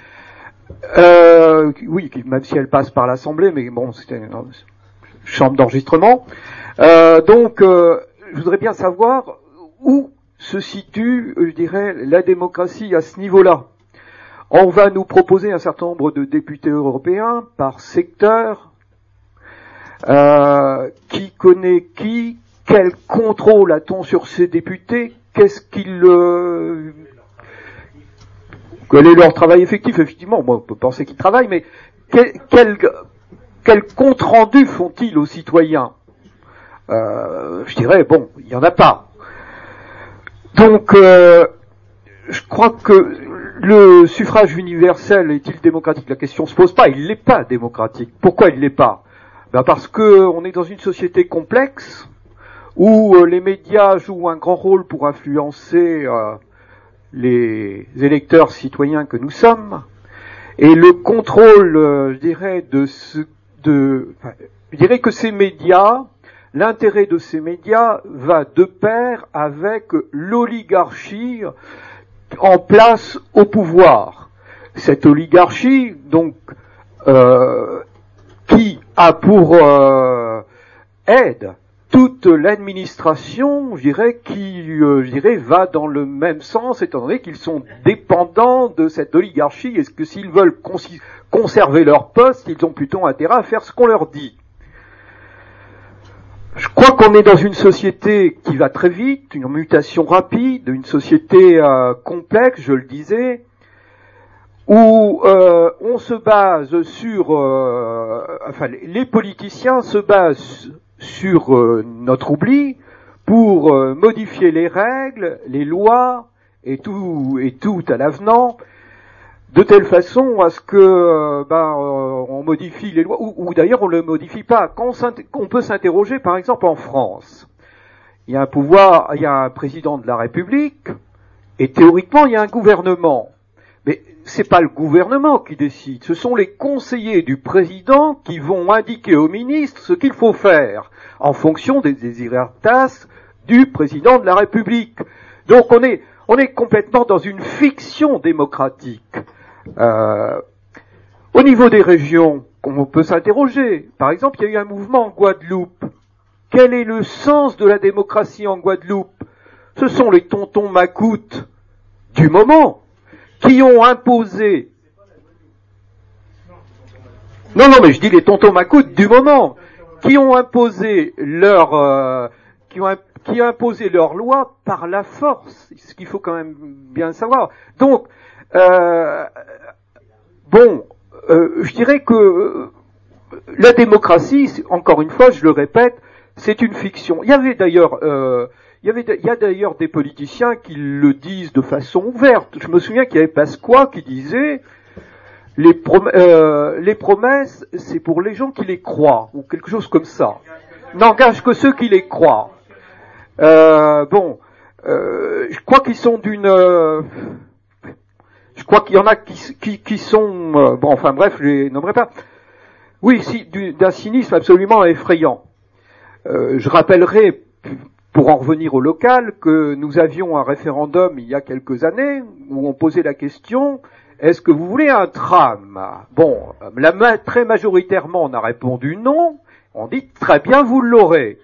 Euh, oui, même si elles passent par l'Assemblée, mais bon, c'était une chambre d'enregistrement. Euh, donc, euh, je voudrais bien savoir où se situe, je dirais, la démocratie à ce niveau-là. On va nous proposer un certain nombre de députés européens par secteur. Euh, qui connaît qui? Quel contrôle a-t-on sur ces députés? Qu'est-ce qu'ils... Euh, quel est leur travail effectif? Effectivement, moi, on peut penser qu'ils travaillent, mais quel, quel, quel compte-rendu font-ils aux citoyens? euh, Je dirais, bon, il n'y en a pas. Donc, euh, je crois que le suffrage universel est-il démocratique? La question se pose pas, il n'est pas démocratique. Pourquoi il l'est pas? Ben parce que on est dans une société complexe, où euh, les médias jouent un grand rôle pour influencer euh, les électeurs citoyens que nous sommes, et le contrôle, euh, je dirais, de ce, de, enfin, je dirais que ces médias, l'intérêt de ces médias va de pair avec l'oligarchie en place au pouvoir. Cette oligarchie, donc, euh, qui a pour euh, aide toute l'administration, je dirais, qui, euh, je dirais, va dans le même sens, étant donné qu'ils sont dépendants de cette oligarchie. Est-ce que s'ils veulent cons- conserver leur poste, ils ont plutôt intérêt à faire ce qu'on leur dit? Je crois qu'on est dans une société qui va très vite, une mutation rapide, une société euh, complexe, je le disais, où euh, on se base sur, euh, enfin, les politiciens se basent sur euh, notre oubli pour euh, modifier les règles, les lois et tout et tout à l'avenant, de telle façon à ce que euh, ben, euh, on modifie les lois, ou, ou d'ailleurs on ne le modifie pas. Quand on, on peut s'interroger, par exemple en France, il y a un pouvoir, il y a un président de la République, et théoriquement il y a un gouvernement. Mais c'est pas le gouvernement qui décide, ce sont les conseillers du président qui vont indiquer au ministre ce qu'il faut faire, en fonction des desiderata du président de la République. Donc on est, on est complètement dans une fiction démocratique. Euh, au niveau des régions, on peut s'interroger. Par exemple, il y a eu un mouvement en Guadeloupe. Quel est le sens de la démocratie en Guadeloupe? Ce sont les tontons macoutes du moment qui ont imposé... Non, non, mais je dis les tontons macoutes du moment, qui ont imposé leur... Euh, qui ont qui a imposé leur loi par la force, ce qu'il faut quand même bien savoir. Donc, euh, bon, euh, je dirais que euh, la démocratie, encore une fois, je le répète, c'est une fiction. Il y avait d'ailleurs, euh, il y avait, il y a d'ailleurs des politiciens qui le disent de façon ouverte. Je me souviens qu'il y avait Pasqua qui disait les, prom- euh, les promesses, c'est pour les gens qui les croient, ou quelque chose comme ça. N'engage que ceux qui les croient. Euh, bon, euh, je crois qu'ils sont d'une... Euh, je crois qu'il y en a qui, qui, qui sont... Euh, bon, enfin bref, je les nommerai pas. Oui, si, du, d'un cynisme absolument effrayant. Euh, je rappellerai, pour en revenir au local, que nous avions un référendum il y a quelques années où on posait la question: est-ce que vous voulez un tram? Bon, la, très majoritairement on a répondu non. On dit très bien, vous l'aurez.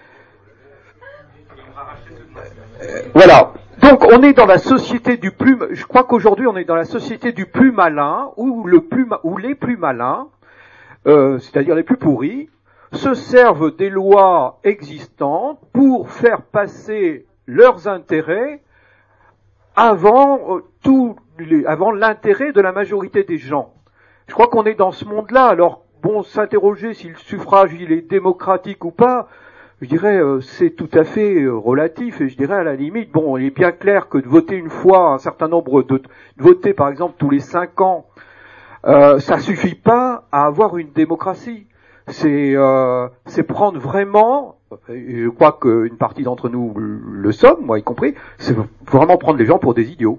Euh, voilà. Donc on est dans la société du plus. Je crois qu'aujourd'hui on est dans la société du plus malin, où le plus où les plus malins, euh, c'est-à-dire les plus pourris, se servent des lois existantes pour faire passer leurs intérêts avant euh, tout, les, avant l'intérêt de la majorité des gens. Je crois qu'on est dans ce monde-là. Alors bon, s'interroger si le suffrage il est démocratique ou pas, je dirais euh, c'est tout à fait euh, relatif, et je dirais à la limite, bon, il est bien clair que de voter une fois un certain nombre de, de voter par exemple tous les cinq ans, euh, ça suffit pas à avoir une démocratie. C'est euh, c'est prendre vraiment, et je crois qu'une partie d'entre nous le sommes, moi y compris, c'est vraiment prendre les gens pour des idiots.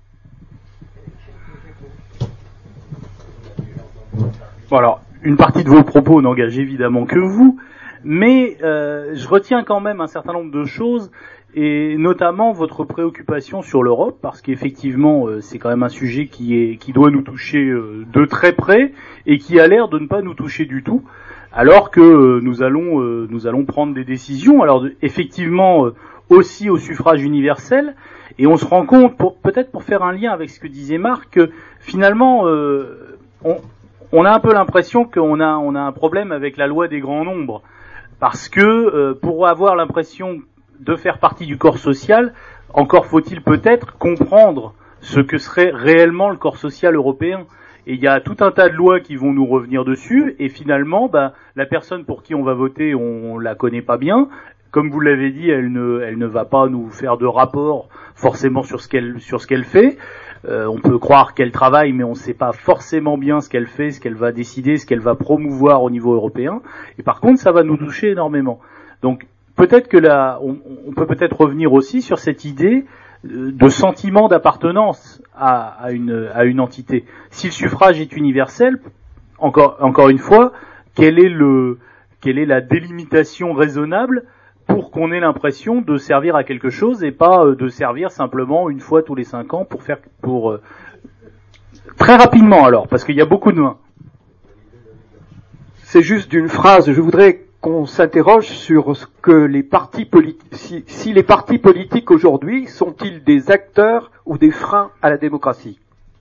Bon alors, une partie de vos propos n'engage évidemment que vous, mais euh, je retiens quand même un certain nombre de choses, et notamment votre préoccupation sur l'Europe, parce qu'effectivement euh, c'est quand même un sujet qui est qui doit nous toucher euh, de très près et qui a l'air de ne pas nous toucher du tout, alors que euh, nous allons euh, nous allons prendre des décisions. Alors de, effectivement euh, aussi au suffrage universel, et on se rend compte, pour peut-être pour faire un lien avec ce que disait Marc, que finalement, euh, on, on a un peu l'impression qu'on a, on a un problème avec la loi des grands nombres, parce que euh, pour avoir l'impression de faire partie du corps social, encore faut-il peut-être comprendre ce que serait réellement le corps social européen. Et il y a tout un tas de lois qui vont nous revenir dessus, et finalement, bah, la personne pour qui on va voter, on, on la connaît pas bien. Comme vous l'avez dit, elle ne, elle ne va pas nous faire de rapport forcément sur ce qu'elle, sur ce qu'elle fait. Euh, on peut croire qu'elle travaille, mais on ne sait pas forcément bien ce qu'elle fait, ce qu'elle va décider, ce qu'elle va promouvoir au niveau européen. Et par contre, ça va nous toucher énormément. Donc, peut-être que là, on, on peut peut-être revenir aussi sur cette idée de sentiment d'appartenance à, à, une, à une entité. Si le suffrage est universel, encore, encore une fois, quelle est, le, quelle est la délimitation raisonnable pour qu'on ait l'impression de servir à quelque chose et pas de servir simplement une fois tous les cinq ans pour faire... pour euh, très rapidement alors, parce qu'il y a beaucoup de mains. C'est juste d'une phrase, je voudrais qu'on s'interroge sur ce que les partis politiques, si, si les partis politiques aujourd'hui sont-ils des acteurs ou des freins à la démocratie?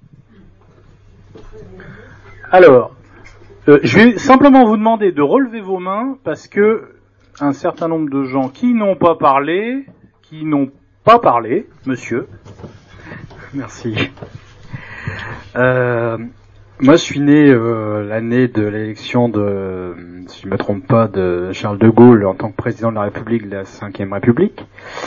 Alors, euh, je vais simplement vous demander de relever vos mains parce que un certain nombre de gens qui n'ont pas parlé, qui n'ont pas parlé, monsieur. Merci. Euh, Moi, je suis né euh, l'année de l'élection de, si je ne me trompe pas, de Charles de Gaulle en tant que président de la République de la cinquième République.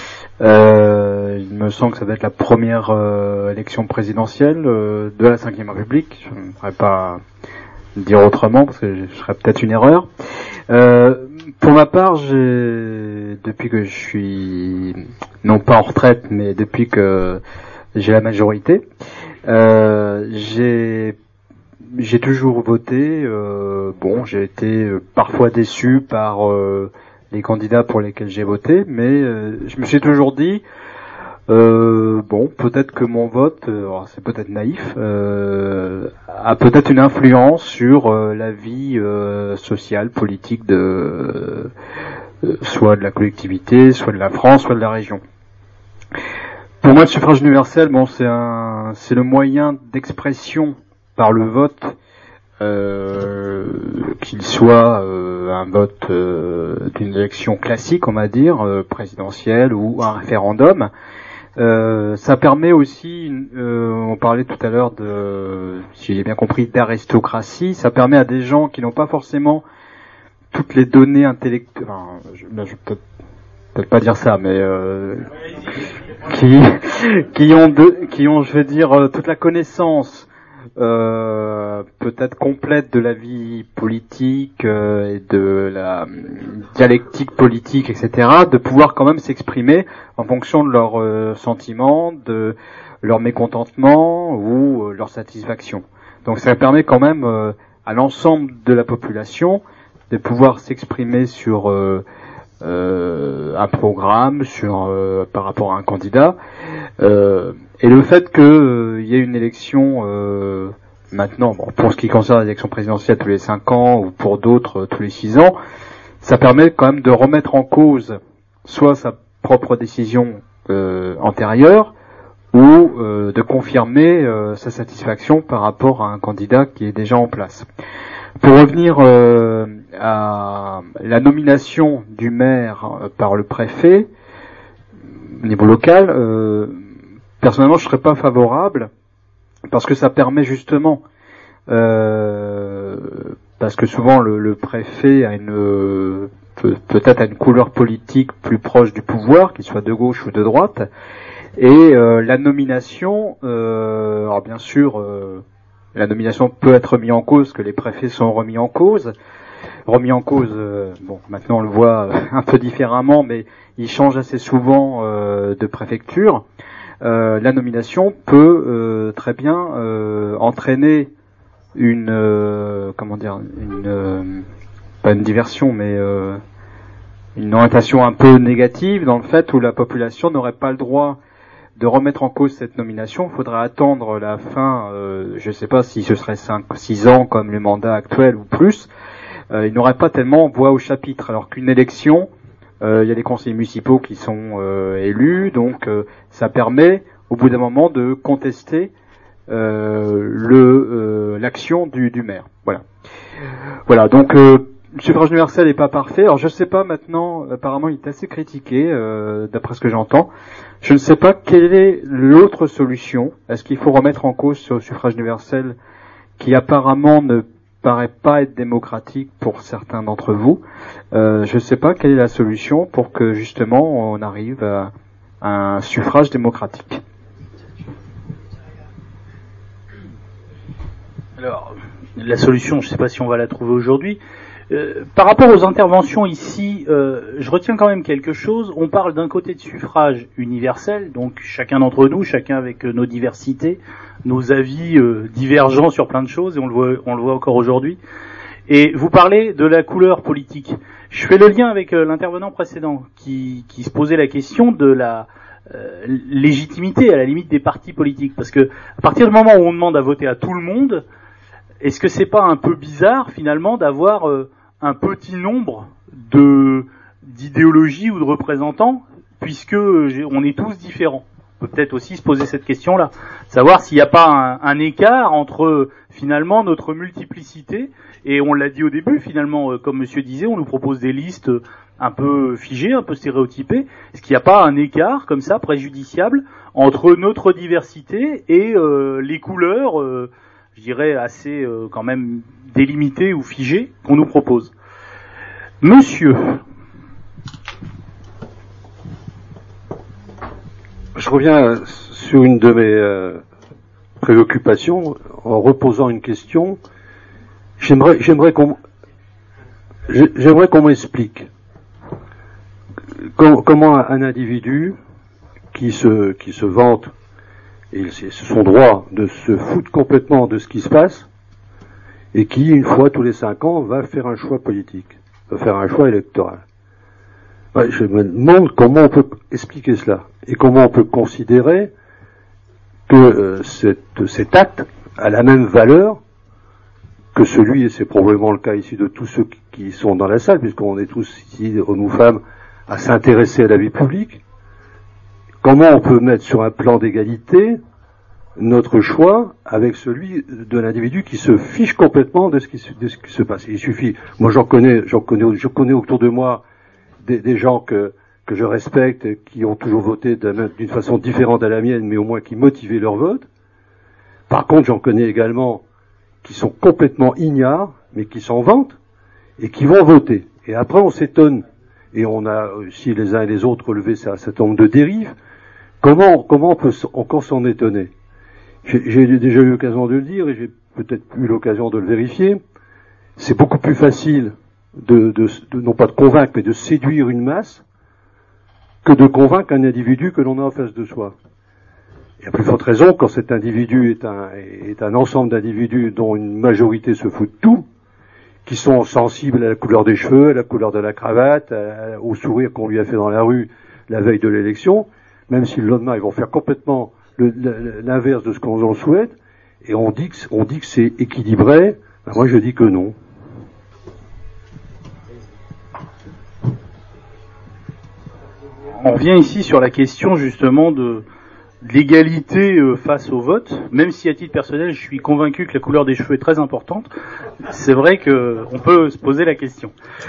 Euh, il me semble que ça doit être la première euh, élection présidentielle euh, de la cinquième République. Je ne pourrais pas dire autrement parce que ce serait peut-être une erreur. Euh, pour ma part, j'ai, depuis que je suis, non pas en retraite, mais depuis que j'ai la majorité, euh, j'ai J'ai toujours voté. Euh, bon, j'ai été parfois déçu par euh, les candidats pour lesquels j'ai voté, mais euh, je me suis toujours dit, euh, bon, peut-être que mon vote, euh, c'est peut-être naïf, euh, a peut-être une influence sur euh, la vie euh, sociale, politique de euh, soit de la collectivité, soit de la France, soit de la région. Pour moi, le suffrage universel, bon, c'est un, c'est le moyen d'expression par le vote, euh, qu'il soit euh, un vote euh, d'une élection classique, on va dire, euh, présidentielle ou un référendum. Euh, ça permet aussi, euh, on parlait tout à l'heure de, si j'ai bien compris, d'aristocratie. Ça permet à des gens qui n'ont pas forcément toutes les données intellectuelles. Enfin, je, là, je peux peut-être pas dire ça, mais euh, qui, qui ont, de, qui ont, je vais dire, toute la connaissance. Euh, peut-être complète de la vie politique euh, et de la euh, dialectique politique, et cetera, de pouvoir quand même s'exprimer en fonction de leurs euh, sentiments, de leur mécontentement ou euh, leur satisfaction. Donc ça permet quand même euh, à l'ensemble de la population de pouvoir s'exprimer sur euh, euh, un programme, sur euh, par rapport à un candidat. Euh, Et le fait qu'il euh, y ait une élection euh, maintenant, bon, pour ce qui concerne l'élection présidentielle tous les cinq ans ou pour d'autres euh, tous les six ans, ça permet quand même de remettre en cause soit sa propre décision euh, antérieure ou euh, de confirmer euh, sa satisfaction par rapport à un candidat qui est déjà en place. Pour revenir euh, à la nomination du maire euh, par le préfet au niveau local, euh, personnellement, je serais pas favorable parce que ça permet justement, euh, parce que souvent le, le préfet a une peut, peut-être a une couleur politique plus proche du pouvoir, qu'il soit de gauche ou de droite, et euh, la nomination, euh, alors bien sûr, euh, la nomination peut être remise en cause, que les préfets sont remis en cause, remis en cause. Euh, bon, maintenant on le voit un peu différemment, mais ils changent assez souvent euh, de préfecture. Euh, la nomination peut euh, très bien euh, entraîner une euh, comment dire une euh, pas une diversion mais euh, une orientation un peu négative dans le fait où la population n'aurait pas le droit de remettre en cause cette nomination. Il faudrait attendre la fin, euh, je ne sais pas si ce serait cinq six ans comme le mandat actuel ou plus. Euh, il n'aurait pas tellement voix au chapitre, alors qu'une élection, Euh, il y a des conseillers municipaux qui sont euh, élus, donc euh, ça permet au bout d'un moment de contester euh, le euh, l'action du, du maire. Voilà. Voilà. Donc euh, le suffrage universel n'est pas parfait. Alors je ne sais pas maintenant. Apparemment, il est assez critiqué, euh, d'après ce que j'entends. Je ne sais pas quelle est l'autre solution. Est-ce qu'il faut remettre en cause ce suffrage universel qui apparemment ne paraît pas être démocratique pour certains d'entre vous. Euh, je ne sais pas quelle est la solution pour que justement on arrive à, à un suffrage démocratique. Alors, la solution, je ne sais pas si on va la trouver aujourd'hui. Euh, par rapport aux interventions ici, euh, je retiens quand même quelque chose. On parle d'un côté de suffrage universel, donc chacun d'entre nous, chacun avec euh, nos diversités, nos avis euh, divergents sur plein de choses, et on le voit, on le voit encore aujourd'hui. Et vous parlez de la couleur politique. Je fais le lien avec euh, l'intervenant précédent qui, qui se posait la question de la euh, légitimité à la limite des partis politiques, parce que à partir du moment où on demande à voter à tout le monde, est-ce que c'est pas un peu bizarre finalement d'avoir euh, un petit nombre de d'idéologies ou de représentants, puisque euh, on est tous différents? On peut peut-être aussi se poser cette question-là, savoir s'il n'y a pas un, un écart entre euh, finalement notre multiplicité, et on l'a dit au début finalement, euh, comme monsieur disait, on nous propose des listes euh, un peu figées, un peu stéréotypées. Est-ce qu'il n'y a pas un écart comme ça préjudiciable entre notre diversité et euh, les couleurs euh, je dirais assez euh, quand même délimité ou figé qu'on nous propose. Monsieur. Je reviens sur une de mes euh, préoccupations en reposant une question. J'aimerais, j'aimerais qu'on, j'aimerais qu'on m'explique com- comment un individu qui se, qui se vante, et c'est son droit de se foutre complètement de ce qui se passe, et qui, une fois tous les cinq ans, va faire un choix politique, va faire un choix électoral. Ouais, je me demande comment on peut expliquer cela, et comment on peut considérer que euh, cette, cet acte a la même valeur que celui, et c'est probablement le cas ici de tous ceux qui sont dans la salle, puisqu'on est tous ici, nous femmes, à s'intéresser à la vie publique. Comment on peut mettre sur un plan d'égalité notre choix avec celui de l'individu qui se fiche complètement de ce qui se, de ce qui se passe? Il suffit, moi j'en connais, j'en connais, je connais autour de moi des, des gens que, que je respecte, qui ont toujours voté d'une façon différente à la mienne, mais au moins qui motivaient leur vote. Par contre, j'en connais également qui sont complètement ignares, mais qui s'en vantent, et qui vont voter. Et après, on s'étonne, et on a aussi les uns et les autres relevé un certain nombre de dérives. Comment, comment on peut encore s'en étonner? J'ai déjà eu l'occasion de le dire, et j'ai peut-être eu l'occasion de le vérifier. C'est beaucoup plus facile de, de, de, non pas de convaincre, mais de séduire une masse, que de convaincre un individu que l'on a en face de soi. Et à plus forte raison, quand cet individu est un, est un ensemble d'individus dont une majorité se fout de tout, qui sont sensibles à la couleur des cheveux, à la couleur de la cravate, à, au sourire qu'on lui a fait dans la rue la veille de l'élection, même si le lendemain ils vont faire complètement l'inverse de ce qu'on en souhaite, et on dit que, on dit que c'est équilibré. Ben moi je dis que non. On revient ici sur la question justement de l'égalité face au vote, même si à titre personnel je suis convaincu que la couleur des cheveux est très importante, c'est vrai qu'on peut se poser la question.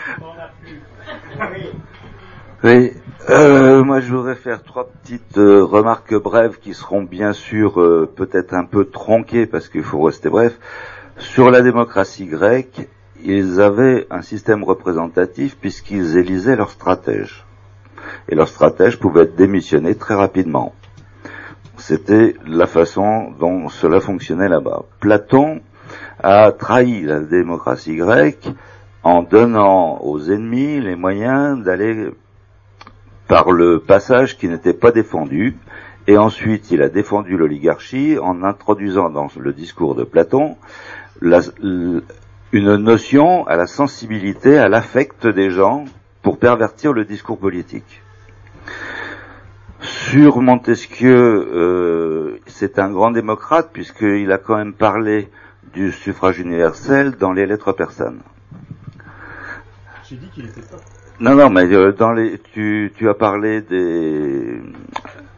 Oui, euh, moi je voudrais faire trois petites euh, remarques brèves qui seront bien sûr euh, peut-être un peu tronquées parce qu'il faut rester bref. Sur la démocratie grecque, ils avaient un système représentatif puisqu'ils élisaient leurs stratèges. Et leurs stratèges pouvaient être démissionnés très rapidement. C'était la façon dont cela fonctionnait là-bas. Platon a trahi la démocratie grecque en donnant aux ennemis les moyens d'aller par le passage qui n'était pas défendu, et ensuite il a défendu l'oligarchie en introduisant dans le discours de Platon la, une notion à la sensibilité, à l'affect des gens pour pervertir le discours politique. Sur Montesquieu, euh, c'est un grand démocrate puisqu'il a quand même parlé du suffrage universel dans les Lettres persanes. J'ai dit qu'il était pas. Non, non, mais euh, dans les, tu, tu as parlé des,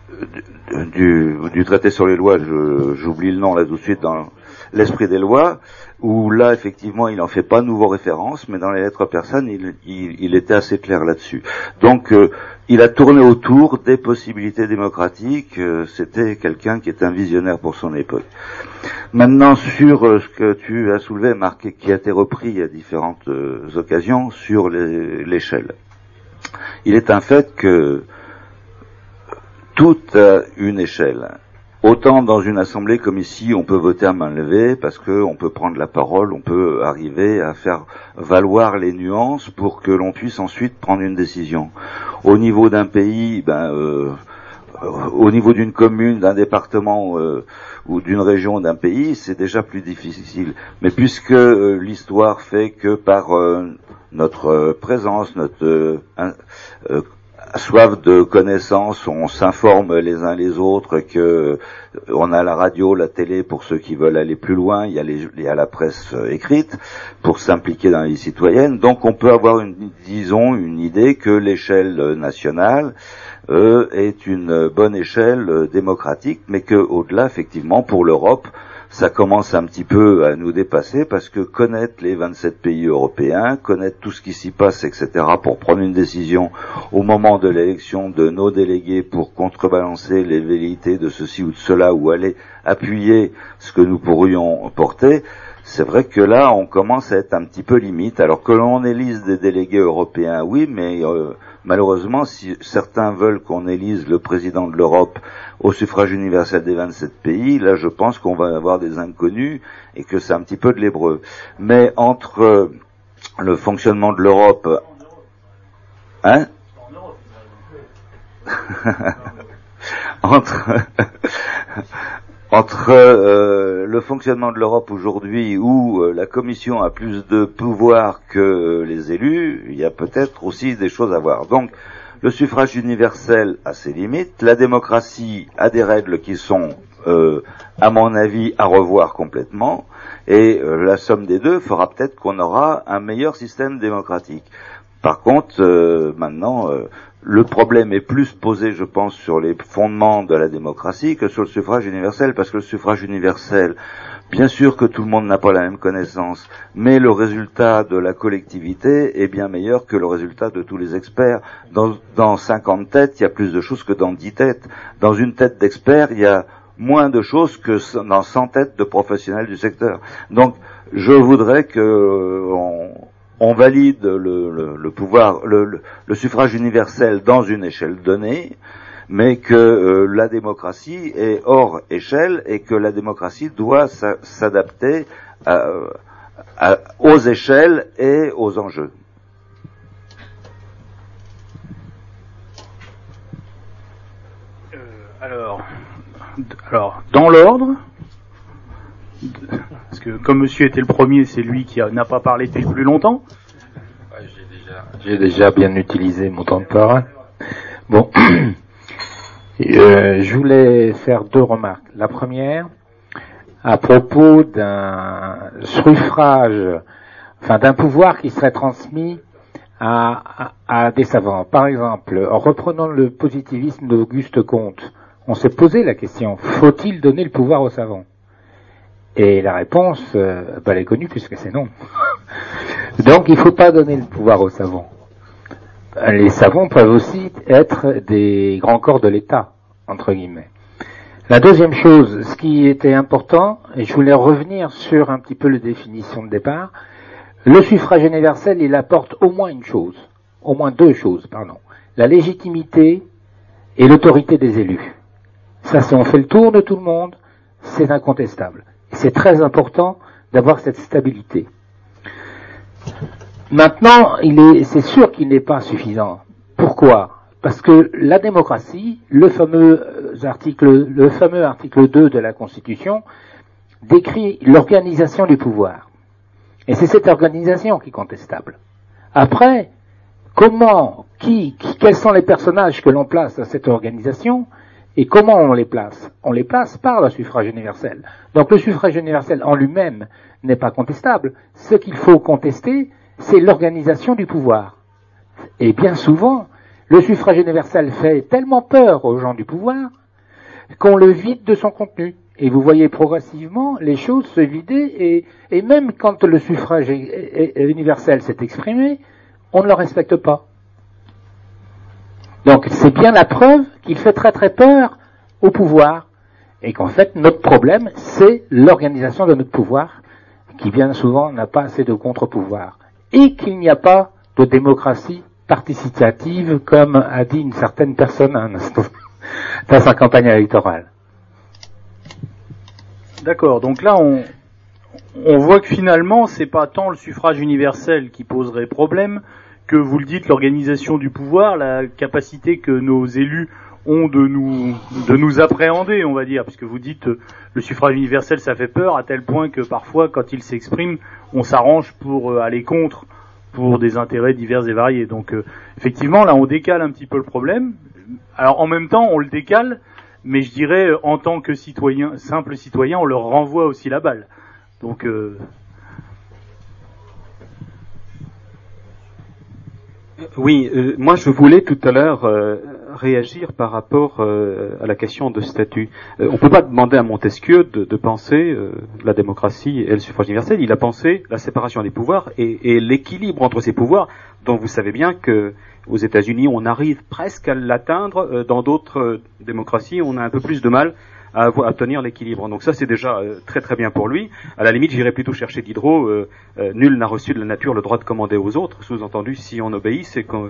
du, du traité sur les lois, je, j'oublie le nom là tout de suite, dans l'esprit des lois, où là effectivement il n'en fait pas nouveau référence, mais dans les lettres persanes il, il, il était assez clair là-dessus. Donc euh, il a tourné autour des possibilités démocratiques, euh, c'était quelqu'un qui était un visionnaire pour son époque. Maintenant sur euh, ce que tu as soulevé, Marc, et qui a été repris à différentes euh, occasions sur les, l'échelle. Il est un fait que tout a une échelle. Autant dans une assemblée comme ici, on peut voter à main levée parce qu'on peut prendre la parole, on peut arriver à faire valoir les nuances pour que l'on puisse ensuite prendre une décision. Au niveau d'un pays, ben, euh, au niveau d'une commune, d'un département euh, ou d'une région, d'un pays, c'est déjà plus difficile. Mais puisque euh, l'histoire fait que par euh, notre euh, présence, notre euh, euh, soif de connaissances, on s'informe les uns les autres, que on a la radio, la télé pour ceux qui veulent aller plus loin, il y a, les, il y a la presse écrite pour s'impliquer dans la vie citoyenne. Donc on peut avoir une, disons, une idée que l'échelle nationale euh, est une bonne échelle démocratique, mais que au-delà, effectivement, pour l'Europe, ça commence un petit peu à nous dépasser parce que connaître les vingt-sept pays européens, connaître tout ce qui s'y passe, et cetera, pour prendre une décision au moment de l'élection de nos délégués pour contrebalancer les velléités de ceci ou de cela ou aller appuyer ce que nous pourrions porter, c'est vrai que là, on commence à être un petit peu limite. Alors que l'on élise des délégués européens, oui, mais euh, malheureusement, si certains veulent qu'on élise le président de l'Europe au suffrage universel des vingt-sept pays, là, je pense qu'on va avoir des inconnus et que c'est un petit peu de l'hébreu. Mais entre euh, le fonctionnement de l'Europe... Hein entre... Entre euh, le fonctionnement de l'Europe aujourd'hui, où euh, la Commission a plus de pouvoir que euh, les élus, il y a peut-être aussi des choses à voir. Donc, le suffrage universel a ses limites, la démocratie a des règles qui sont, euh, à mon avis, à revoir complètement, et euh, la somme des deux fera peut-être qu'on aura un meilleur système démocratique. Par contre, euh, maintenant... Euh, le problème est plus posé, je pense, sur les fondements de la démocratie que sur le suffrage universel, parce que le suffrage universel, bien sûr que tout le monde n'a pas la même connaissance, mais le résultat de la collectivité est bien meilleur que le résultat de tous les experts. Dans, dans cinquante têtes, il y a plus de choses que dans dix têtes. Dans une tête d'experts, il y a moins de choses que dans cent têtes de professionnels du secteur. Donc, je voudrais que on, on valide le, le, le pouvoir, le, le, le suffrage universel dans une échelle donnée, mais que euh, la démocratie est hors échelle et que la démocratie doit sa, s'adapter à, à, aux échelles et aux enjeux. Euh, alors, alors, dans l'ordre, parce que comme monsieur était le premier, c'est lui qui a, n'a pas parlé depuis le plus longtemps. Ouais, j'ai déjà, j'ai déjà bien utilisé mon temps de parole. Bon, euh, je voulais faire deux remarques. La première, à propos d'un suffrage, enfin d'un pouvoir qui serait transmis à, à, à des savants. Par exemple, en reprenant le positivisme d'Auguste Comte, on s'est posé la question, faut-il donner le pouvoir aux savants ? Et la réponse, euh, bah, elle est connue puisque c'est non. Donc il ne faut pas donner le pouvoir aux savants. Les savants peuvent aussi être des grands corps de l'État, entre guillemets. La deuxième chose, ce qui était important, et je voulais revenir sur un petit peu la définition de départ, le suffrage universel, il apporte au moins une chose, au moins deux choses, pardon. La légitimité et l'autorité des élus. Ça, si on fait le tour de tout le monde, c'est incontestable. C'est très important d'avoir cette stabilité. Maintenant, il est, c'est sûr qu'il n'est pas suffisant. Pourquoi ? Parce que la démocratie, le fameux article, le fameux article deux de la Constitution, décrit l'organisation du pouvoir. Et c'est cette organisation qui est contestable. Après, comment, qui, qui quels sont les personnages que l'on place à cette organisation ? Et comment on les place ? On les place par le suffrage universel. Donc le suffrage universel en lui-même n'est pas contestable. Ce qu'il faut contester, c'est l'organisation du pouvoir. Et bien souvent, Le suffrage universel fait tellement peur aux gens du pouvoir qu'on le vide de son contenu. Et vous voyez progressivement les choses se vider, et, et même quand le suffrage est, est, est universel s'est exprimé, on ne le respecte pas. Donc c'est bien la preuve qu'il fait très très peur au pouvoir, et qu'en fait notre problème c'est l'organisation de notre pouvoir, qui bien souvent n'a pas assez de contre-pouvoir, et qu'il n'y a pas de démocratie participative, comme a dit une certaine personne un instant dans sa campagne électorale. D'accord, donc là on, on voit que finalement c'est pas tant le suffrage universel qui poserait problème que, vous le dites, l'organisation du pouvoir, la capacité que nos élus ont de nous de nous appréhender, on va dire, puisque vous dites euh, le suffrage universel ça fait peur à tel point que parfois quand il s'exprime on s'arrange pour euh, aller contre pour des intérêts divers et variés. Donc euh, effectivement là on décale un petit peu le problème. Alors en même temps on le décale, mais je dirais, en tant que citoyen, simple citoyen, on leur renvoie aussi la balle. Donc, euh... oui, euh, moi je voulais tout à l'heure euh, réagir par rapport euh, à la question de statut. Euh, on ne peut pas demander à Montesquieu de, de penser euh, la démocratie et le suffrage universel. Il a pensé la séparation des pouvoirs et, et l'équilibre entre ces pouvoirs, dont vous savez bien que aux États-Unis, on arrive presque à l'atteindre. Dans d'autres démocraties, on a un peu plus de mal à, à tenir l'équilibre. Donc ça, c'est déjà euh, très très bien pour lui. À la limite, j'irais plutôt chercher Diderot. Euh, euh, nul n'a reçu de la nature le droit de commander aux autres. Sous-entendu, si on obéit, c'est qu'on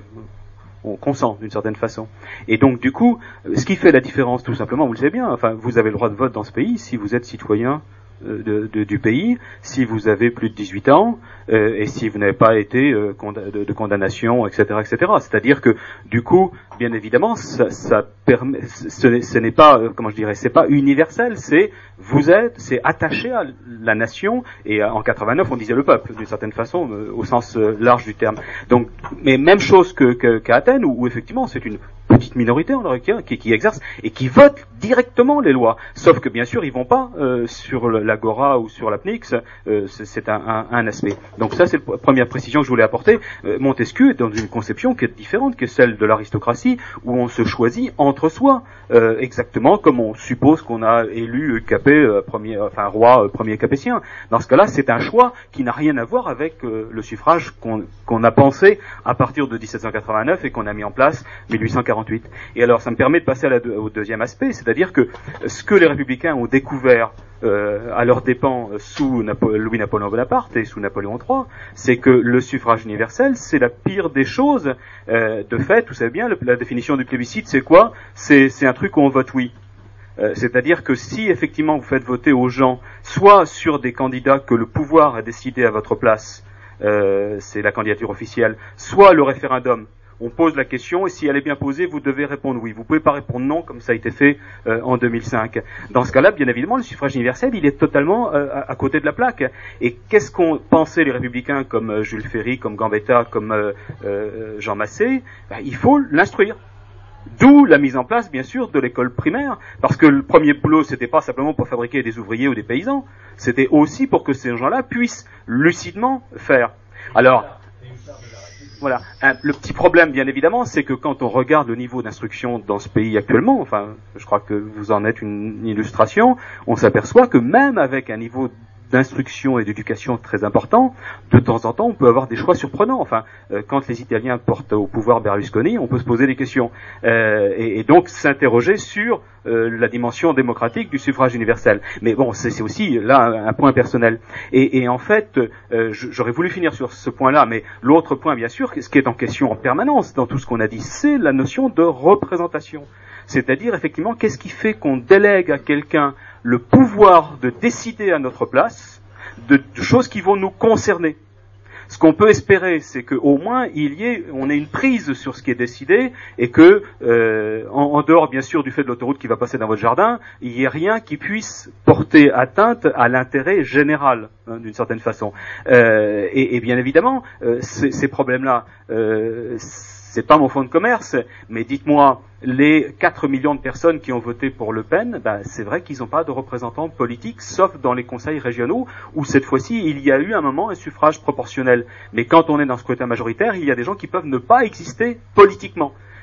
on consent d'une certaine façon. Et donc, du coup, ce qui fait la différence, tout simplement, vous le savez bien. Enfin, vous avez le droit de vote dans ce pays si vous êtes citoyen De, de, du pays, si vous avez plus de dix-huit ans euh, et si vous n'avez pas été euh, conda- de, de condamnation, et cetera, et cetera. C'est-à-dire que du coup, bien évidemment, ça, ça permet, ce, ce n'est pas, euh, comment je dirais, c'est pas universel. C'est vous êtes, c'est attaché à la nation. Et en quatre-vingt-neuf, on disait le peuple, d'une certaine façon, euh, au sens euh, large du terme. Donc, mais même chose que, que, qu'à Athènes, où, où effectivement, c'est une petite minorité en qui, qui exerce et qui vote directement les lois. Sauf que bien sûr, ils vont pas euh, sur l'Agora ou sur la P N I X. Euh, c'est, c'est un, un, un aspect. Donc ça, c'est la première précision que je voulais apporter. Euh, Montesquieu est dans une conception qui est différente que celle de l'aristocratie, où on se choisit entre soi, euh, exactement comme on suppose qu'on a élu Capet, euh, premier, enfin roi euh, premier capétien. Dans ce cas-là, c'est un choix qui n'a rien à voir avec euh, le suffrage qu'on, qu'on a pensé à partir de dix-sept cent quatre-vingt-neuf et qu'on a mis en place mille huit cent quarante-huit. Et alors, ça me permet de passer à la, au deuxième aspect, c'est-à-dire que ce que les républicains ont découvert euh, à leurs dépens sous Napo- Louis-Napoléon Bonaparte et sous Napoléon trois, c'est que le suffrage universel, c'est la pire des choses. Euh, de fait, vous savez bien, le, la définition du plébiscite, c'est quoi ? c'est, c'est un truc où on vote oui. Euh, c'est-à-dire que si effectivement vous faites voter aux gens, soit sur des candidats que le pouvoir a décidé à votre place, euh, c'est la candidature officielle, soit le référendum. On pose la question et si elle est bien posée, vous devez répondre oui. Vous pouvez pas répondre non comme ça a été fait euh, en deux mille cinq. Dans ce cas-là, bien évidemment, le suffrage universel, il est totalement euh, à, à côté de la plaque. Et qu'est-ce qu'ont pensé les républicains comme euh, Jules Ferry, comme Gambetta, comme euh, euh, Jean Massé ? Ben, il faut l'instruire. D'où la mise en place, bien sûr, de l'école primaire, parce que le premier boulot, c'était pas simplement pour fabriquer des ouvriers ou des paysans, c'était aussi pour que ces gens-là puissent lucidement faire. Alors, voilà. Un, le petit problème, bien évidemment, c'est que quand on regarde le niveau d'instruction dans ce pays actuellement, enfin, je crois que vous en êtes une illustration, on s'aperçoit que même avec un niveau d'instruction et d'éducation très important, de temps en temps, on peut avoir des choix surprenants. Enfin, euh, quand les Italiens portent au pouvoir Berlusconi, on peut se poser des questions euh, et, et donc s'interroger sur euh, la dimension démocratique du suffrage universel. Mais bon, c'est, c'est aussi là un, un point personnel. Et, et en fait, euh, j'aurais voulu finir sur ce point-là, mais l'autre point, bien sûr, ce qui est en question en permanence dans tout ce qu'on a dit, c'est la notion de représentation. C'est-à-dire, effectivement, qu'est-ce qui fait qu'on délègue à quelqu'un le pouvoir de décider à notre place de, de choses qui vont nous concerner. Ce qu'on peut espérer, c'est qu'au moins il y ait, on ait une prise sur ce qui est décidé et que, euh, en, en dehors bien sûr du fait de l'autoroute qui va passer dans votre jardin, il n'y ait rien qui puisse porter atteinte à l'intérêt général, hein, d'une certaine façon. Euh, et, et bien évidemment, euh, ces, ces problèmes-là, euh, c'est pas mon fonds de commerce, mais dites-moi, les quatre millions de personnes qui ont voté pour Le Pen, ben, c'est vrai qu'ils n'ont pas de représentants politiques, sauf dans les conseils régionaux, où cette fois-ci, il y a eu un moment un suffrage proportionnel. Mais quand on est dans ce scrutin majoritaire, il y a des gens qui peuvent ne pas exister politiquement.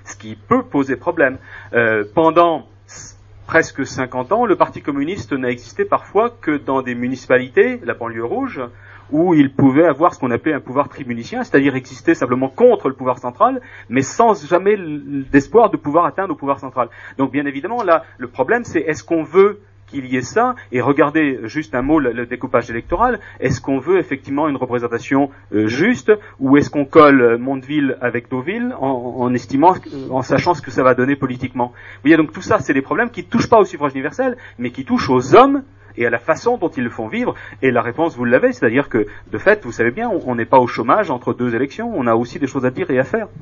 ce qui peut poser problème. Euh, pendant presque cinquante ans, le Parti communiste n'a existé parfois que dans des municipalités, la banlieue rouge, où il pouvait avoir ce qu'on appelait un pouvoir tribunicien, c'est-à-dire exister simplement contre le pouvoir central, mais sans jamais l'espoir de pouvoir atteindre au pouvoir central. Donc bien évidemment, là, le problème, c'est est-ce qu'on veut qu'il y ait ça, et regardez juste un mot, le, le découpage électoral, est-ce qu'on veut effectivement une représentation euh, juste, ou est-ce qu'on colle Mondeville avec Deauville, en, en estimant, en sachant ce que ça va donner politiquement. Vous voyez, donc tout ça, c'est des problèmes qui ne touchent pas au suffrage universel, mais qui touchent aux hommes, et à la façon dont ils le font vivre, et la réponse, vous l'avez, c'est-à-dire que, de fait, vous savez bien, on n'est pas au chômage entre deux élections, on a aussi des choses à dire et à faire.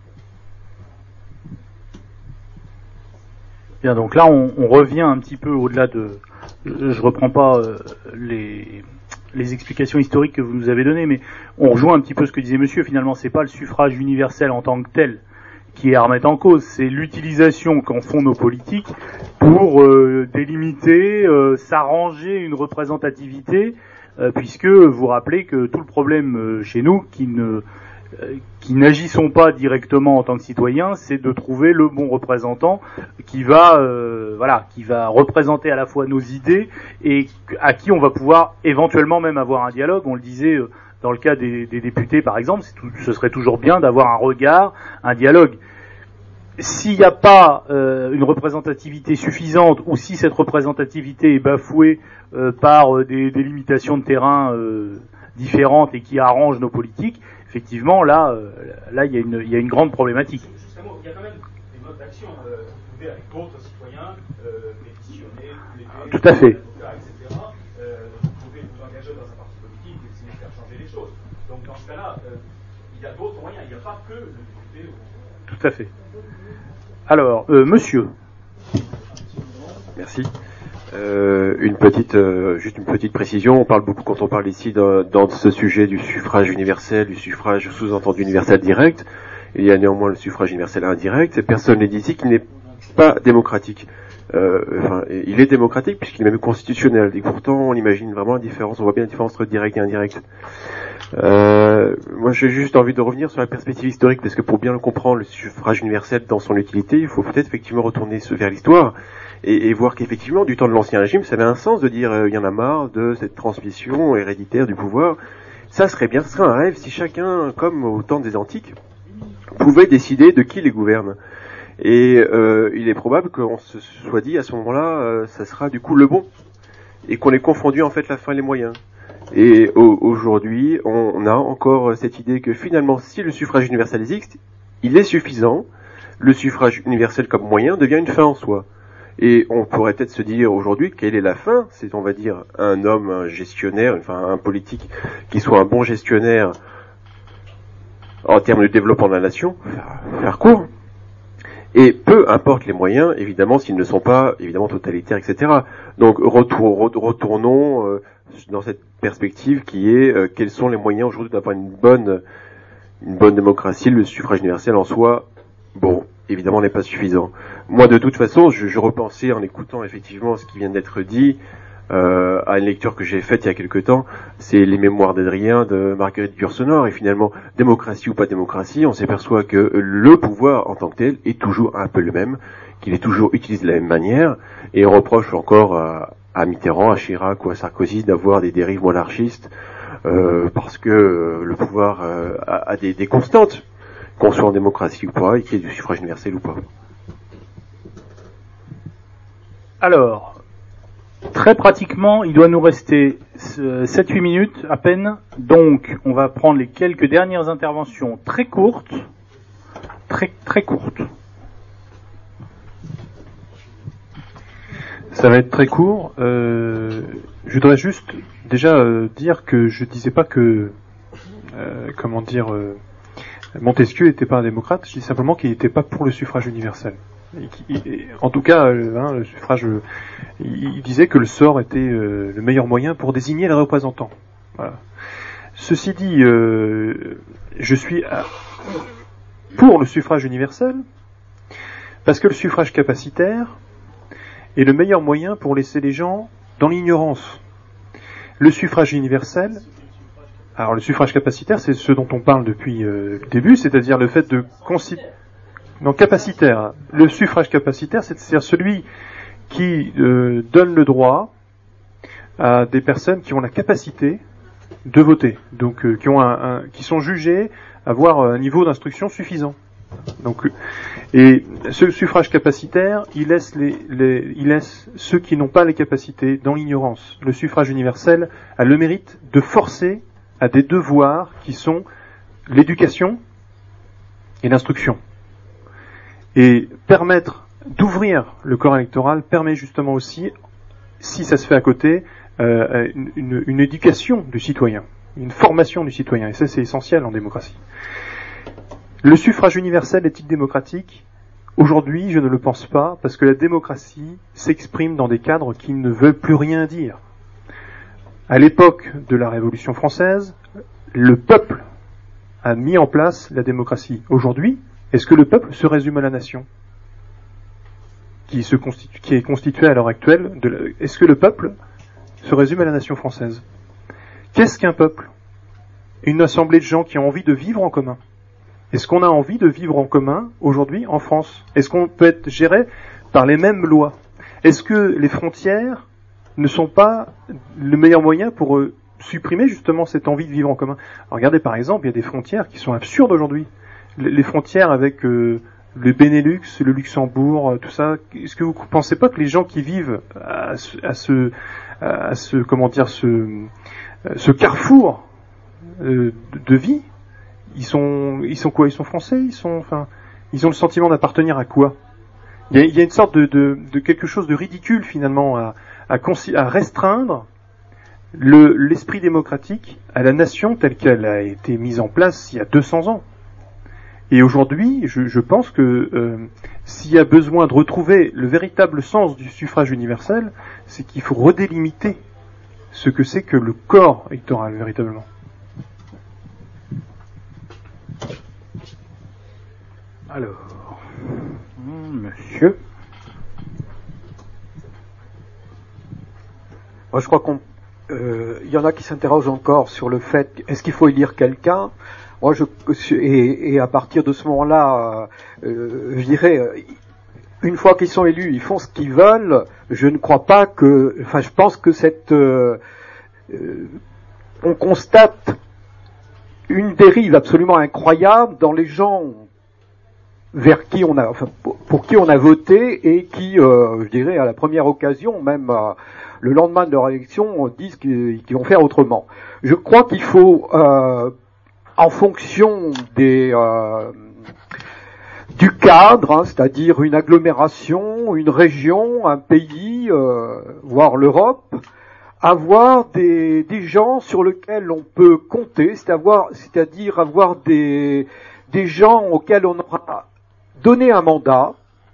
Bien, donc là, on, on revient un petit peu au-delà de... Je reprends pas euh, les, les explications historiques que vous nous avez données, mais on rejoint un petit peu ce que disait monsieur. Finalement, c'est pas le suffrage universel en tant que tel qui est à remettre en cause, c'est l'utilisation qu'en font nos politiques pour euh, délimiter, euh, s'arranger une représentativité, euh, puisque vous rappelez que tout le problème euh, chez nous, qui ne qui n'agissons pas directement en tant que citoyens, c'est de trouver le bon représentant qui va, euh, voilà, qui va représenter à la fois nos idées et à qui on va pouvoir éventuellement même avoir un dialogue. On le disait euh, dans le cas des, des députés, par exemple, c'est tout, ce serait toujours bien d'avoir un regard, un dialogue. S'il n'y a pas euh, une représentativité suffisante, ou si cette représentativité est bafouée euh, par euh, des, des limitations de terrain euh, différentes et qui arrangent nos politiques, effectivement, là, euh, là, il y a une, il y a une grande problématique. Justement, il y a quand même des modes d'action. Euh, vous pouvez, avec d'autres citoyens, euh, pétitionner, plaider, tout à fait. et cetera. Euh, vous pouvez vous engager dans un parti politique et essayer de faire changer les choses. Donc, dans ce cas-là, euh, il y a d'autres moyens. Il n'y a pas que le député. Ou... Tout à fait. Alors, euh, monsieur. Merci. Euh, une petite, euh, juste une petite précision. On parle beaucoup quand on parle ici dans, dans ce sujet du suffrage universel, du suffrage sous-entendu universel direct. Il y a néanmoins le suffrage universel indirect. Et personne n'est dit ici qu'il n'est pas démocratique. Euh, enfin, il est démocratique puisqu'il est même constitutionnel. Et pourtant, on imagine vraiment la différence. On voit bien la différence entre direct et indirect. Euh, moi, j'ai juste envie de revenir sur la perspective historique parce que pour bien le comprendre, le suffrage universel dans son utilité, il faut peut-être effectivement retourner vers l'histoire. Et, et voir qu'effectivement, du temps de l'Ancien Régime, ça avait un sens de dire euh, il y en a marre de cette transmission héréditaire du pouvoir. Ça serait bien, ce serait un rêve si chacun, comme au temps des Antiques, pouvait décider de qui les gouverne. Et euh, il est probable qu'on se soit dit à ce moment-là, euh, ça sera du coup le bon, et qu'on ait confondu en fait la fin et les moyens. Et au, aujourd'hui, on, on a encore cette idée que finalement, si le suffrage universel existe, il est suffisant. Le suffrage universel comme moyen devient une fin en soi. Et on pourrait peut-être se dire aujourd'hui quelle est la fin, c'est on va dire un homme, un gestionnaire, enfin un politique qui soit un bon gestionnaire en termes de développement de la nation, faire, faire court. Et peu importe les moyens, évidemment, s'ils ne sont pas évidemment totalitaires, et cetera. Donc retour, retournons euh, dans cette perspective qui est euh, quels sont les moyens aujourd'hui d'avoir une bonne, une bonne démocratie. Le suffrage universel en soi, bon, évidemment, n'est pas suffisant. Moi, de toute façon, je, je repensais en écoutant effectivement ce qui vient d'être dit euh, à une lecture que j'ai faite il y a quelque temps. C'est les mémoires d'Adrien de Marguerite Yourcenar. Et finalement, démocratie ou pas démocratie, on s'aperçoit que le pouvoir en tant que tel est toujours un peu le même, qu'il est toujours utilisé de la même manière. Et on reproche encore à, à Mitterrand, à Chirac ou à Sarkozy d'avoir des dérives monarchistes euh, parce que euh, le pouvoir euh, a, a des, des constantes, qu'on soit en démocratie ou pas, et qu'il y ait du suffrage universel ou pas. Alors, très pratiquement, il doit nous rester sept huit minutes à peine, donc on va prendre les quelques dernières interventions très courtes, très très courtes. Ça va être très court. Euh, je voudrais juste déjà euh, dire que je disais pas que, euh, comment dire, euh, Montesquieu n'était pas un démocrate, je dis simplement qu'il n'était pas pour le suffrage universel. Et qui, et, en tout cas, euh, hein, le suffrage, euh, il, il disait que le sort était euh, le meilleur moyen pour désigner les représentants. Voilà. Ceci dit, euh, je suis à, pour le suffrage universel, parce que le suffrage capacitaire est le meilleur moyen pour laisser les gens dans l'ignorance. Le suffrage universel, alors le suffrage capacitaire, c'est ce dont on parle depuis euh, le début, c'est-à-dire le fait de considérer... Donc capacitaire. Le suffrage capacitaire, c'est-à-dire celui qui euh, donne le droit à des personnes qui ont la capacité de voter, donc euh, qui ont un, un, qui sont jugés avoir un niveau d'instruction suffisant. Donc, et ce suffrage capacitaire, il laisse, les, les, il laisse ceux qui n'ont pas les capacités dans l'ignorance. Le suffrage universel a le mérite de forcer à des devoirs qui sont l'éducation et l'instruction. Et permettre d'ouvrir le corps électoral permet justement aussi, si ça se fait à côté, euh, une, une, une éducation du citoyen, une formation du citoyen. Et ça, c'est essentiel en démocratie. Le suffrage universel est-il démocratique ? Aujourd'hui, je ne le pense pas, parce que la démocratie s'exprime dans des cadres qui ne veulent plus rien dire. À l'époque de la Révolution française, le peuple a mis en place la démocratie. Aujourd'hui, est-ce que le peuple se résume à la nation qui, se constitue, qui est constituée à l'heure actuelle de la, est-ce que le peuple se résume à la nation française ? Qu'est-ce qu'un peuple ? Une assemblée de gens qui ont envie de vivre en commun. Est-ce qu'on a envie de vivre en commun aujourd'hui en France ? Est-ce qu'on peut être géré par les mêmes lois ? Est-ce que les frontières ne sont pas le meilleur moyen pour euh, supprimer justement cette envie de vivre en commun ? Alors regardez par exemple, il y a des frontières qui sont absurdes aujourd'hui. Les frontières avec euh, le Benelux, le Luxembourg, tout ça. Est-ce que vous ne pensez pas que les gens qui vivent à ce, à ce, à ce comment dire, ce, ce carrefour euh, de vie, ils sont, ils sont quoi ? Ils sont français ? Ils sont, enfin, ils ont le sentiment d'appartenir à quoi ? Il y a, il y a une sorte de, de, de quelque chose de ridicule finalement à, à, à restreindre le, l'esprit démocratique à la nation telle qu'elle a été mise en place il y a deux cents ans. Et aujourd'hui, je, je pense que euh, s'il y a besoin de retrouver le véritable sens du suffrage universel, c'est qu'il faut redélimiter ce que c'est que le corps électoral véritablement. Alors, monsieur. Moi, je crois qu'on, euh, il y en a qui s'interrogent encore sur le fait, est-ce qu'il faut élire quelqu'un ? Moi, je, et, et à partir de ce moment-là, euh, je dirais, une fois qu'ils sont élus, ils font ce qu'ils veulent. Je ne crois pas que, enfin, je pense que cette, euh, euh, on constate une dérive absolument incroyable dans les gens vers qui on a, enfin, pour, pour qui on a voté et qui, euh, je dirais, à la première occasion, même euh, le lendemain de leur élection, disent qu'ils, qu'ils vont faire autrement. Je crois qu'il faut, euh, en fonction des euh, du cadre, hein, c'est-à-dire une agglomération, une région, un pays, euh, voire l'Europe, avoir des, des gens sur lesquels on peut compter, c'est-à-dire, c'est-à-dire avoir des, des gens auxquels on aura donné un mandat,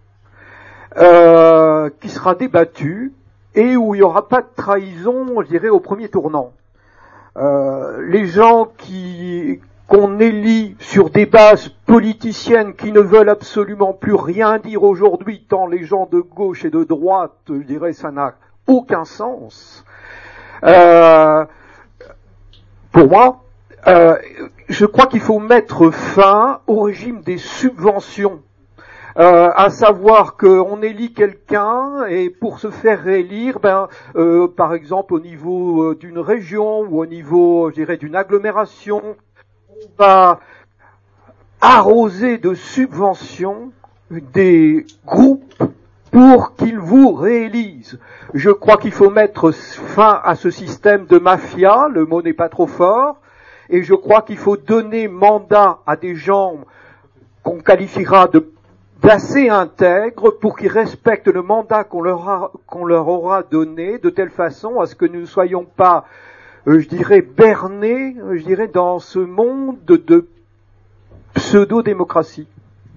euh, qui sera débattu et où il n'y aura pas de trahison, je dirais, au premier tournant. Euh, les gens qui qu'on élit sur des bases politiciennes qui ne veulent absolument plus rien dire aujourd'hui, tant les gens de gauche et de droite, je dirais, ça n'a aucun sens. Euh, pour moi, euh, je crois qu'il faut mettre fin au régime des subventions. Euh, à savoir qu'on élit quelqu'un et pour se faire réélire, ben, euh, par exemple au niveau d'une région ou au niveau, je dirais, d'une agglomération, on va arroser de subventions des groupes pour qu'ils vous réélisent. Je crois qu'il faut mettre fin à ce système de mafia, le mot n'est pas trop fort, et je crois qu'il faut donner mandat à des gens qu'on qualifiera de d'assez intègres pour qu'ils respectent le mandat qu'on leur, a, qu'on leur aura donné, de telle façon à ce que nous ne soyons pas, euh, je dirais, bernés, je dirais, dans ce monde de, de pseudo-démocratie.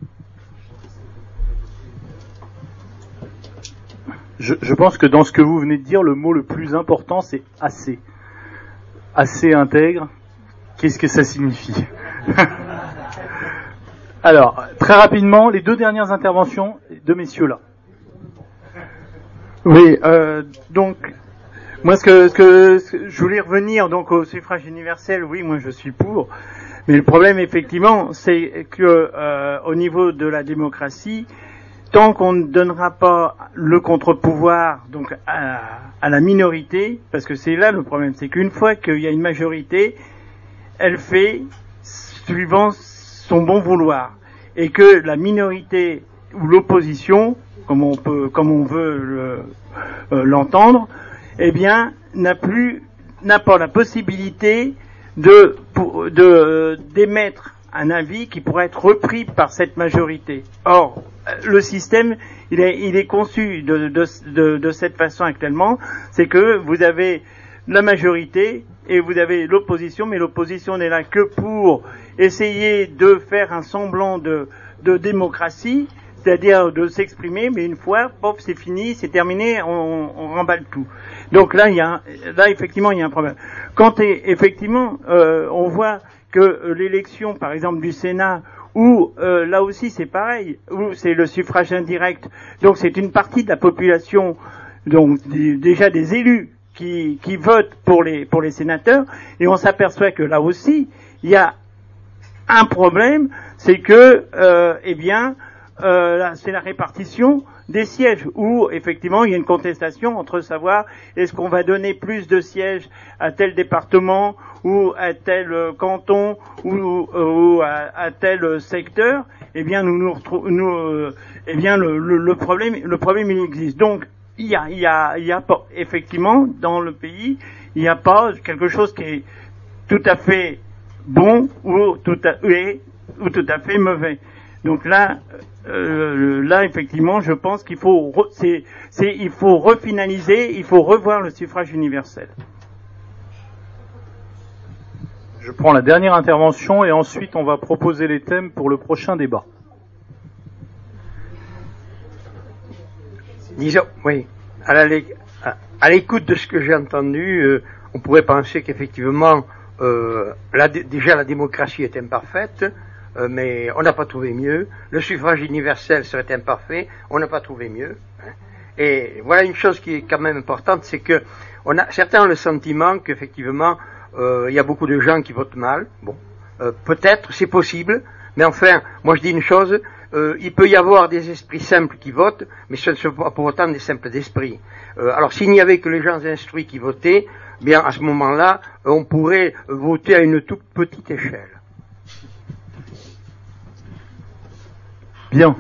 Je, je pense que dans ce que vous venez de dire, le mot le plus important, c'est « assez ». Assez intègre, qu'est-ce que ça signifie ? Alors, très rapidement, les deux dernières interventions de messieurs là. Oui, euh, donc, moi, ce que, ce que, ce que je voulais revenir donc au suffrage universel, oui, moi je suis pour, Mais le problème, effectivement, c'est que euh, au niveau de la démocratie, tant qu'on ne donnera pas le contre-pouvoir donc à, à la minorité, parce que c'est là le problème, c'est qu'une fois qu'il y a une majorité, elle fait suivant son bon vouloir, et que la minorité ou l'opposition, comme on peut, comme on veut le, euh, l'entendre, eh bien, n'a plus, n'a pas la possibilité de, pour, de d'émettre un avis qui pourrait être repris par cette majorité. Or, le système, il est, il est conçu de, de, de, de cette façon actuellement, c'est que vous avez la majorité et vous avez l'opposition, mais l'opposition n'est là que pour essayer de faire un semblant de, de démocratie, c'est-à-dire de s'exprimer, mais une fois, pop, c'est fini, c'est terminé, on, on remballe tout. Donc là, il y a, là effectivement, il y a un problème. Quand effectivement, euh, on voit que l'élection, par exemple, du Sénat, où euh, là aussi c'est pareil, où c'est le suffrage indirect, donc c'est une partie de la population, donc d- déjà des élus qui, qui votent pour les pour les sénateurs, et on s'aperçoit que là aussi il y a un problème, c'est que euh, eh bien euh, là, c'est la répartition des sièges, où effectivement il y a une contestation entre savoir est-ce qu'on va donner plus de sièges à tel département ou à tel canton ou, ou à, à tel secteur. Eh bien nous nous retrouvons, nous, euh, eh bien le, le, le problème, le problème il existe. Donc il y a, il y a, il y a pas, effectivement dans le pays, il n'y a pas quelque chose qui est tout à fait bon ou tout à, ou tout à fait mauvais. Donc là, euh, là effectivement, je pense qu'il faut, re, c'est, c'est, il faut refinaliser, il faut revoir le suffrage universel. Je prends la dernière intervention et ensuite on va proposer les thèmes pour le prochain débat. Disons, oui, à, la, à, à l'écoute de ce que j'ai entendu, euh, on pourrait penser qu'effectivement, euh, la, déjà la démocratie est imparfaite, euh, mais on n'a pas trouvé mieux. Le suffrage universel serait imparfait, on n'a pas trouvé mieux. Hein. Et voilà une chose qui est quand même importante, c'est que on a, certains ont le sentiment qu'effectivement, euh, il y a beaucoup de gens qui votent mal. Bon, euh, peut-être, c'est possible, mais enfin, moi je dis une chose. Euh, il peut y avoir des esprits simples qui votent, mais ce ne sont pas pour autant des simples d'esprit. Euh, alors s'il n'y avait que les gens instruits qui votaient, bien à ce moment-là, on pourrait voter à une toute petite échelle. Bien.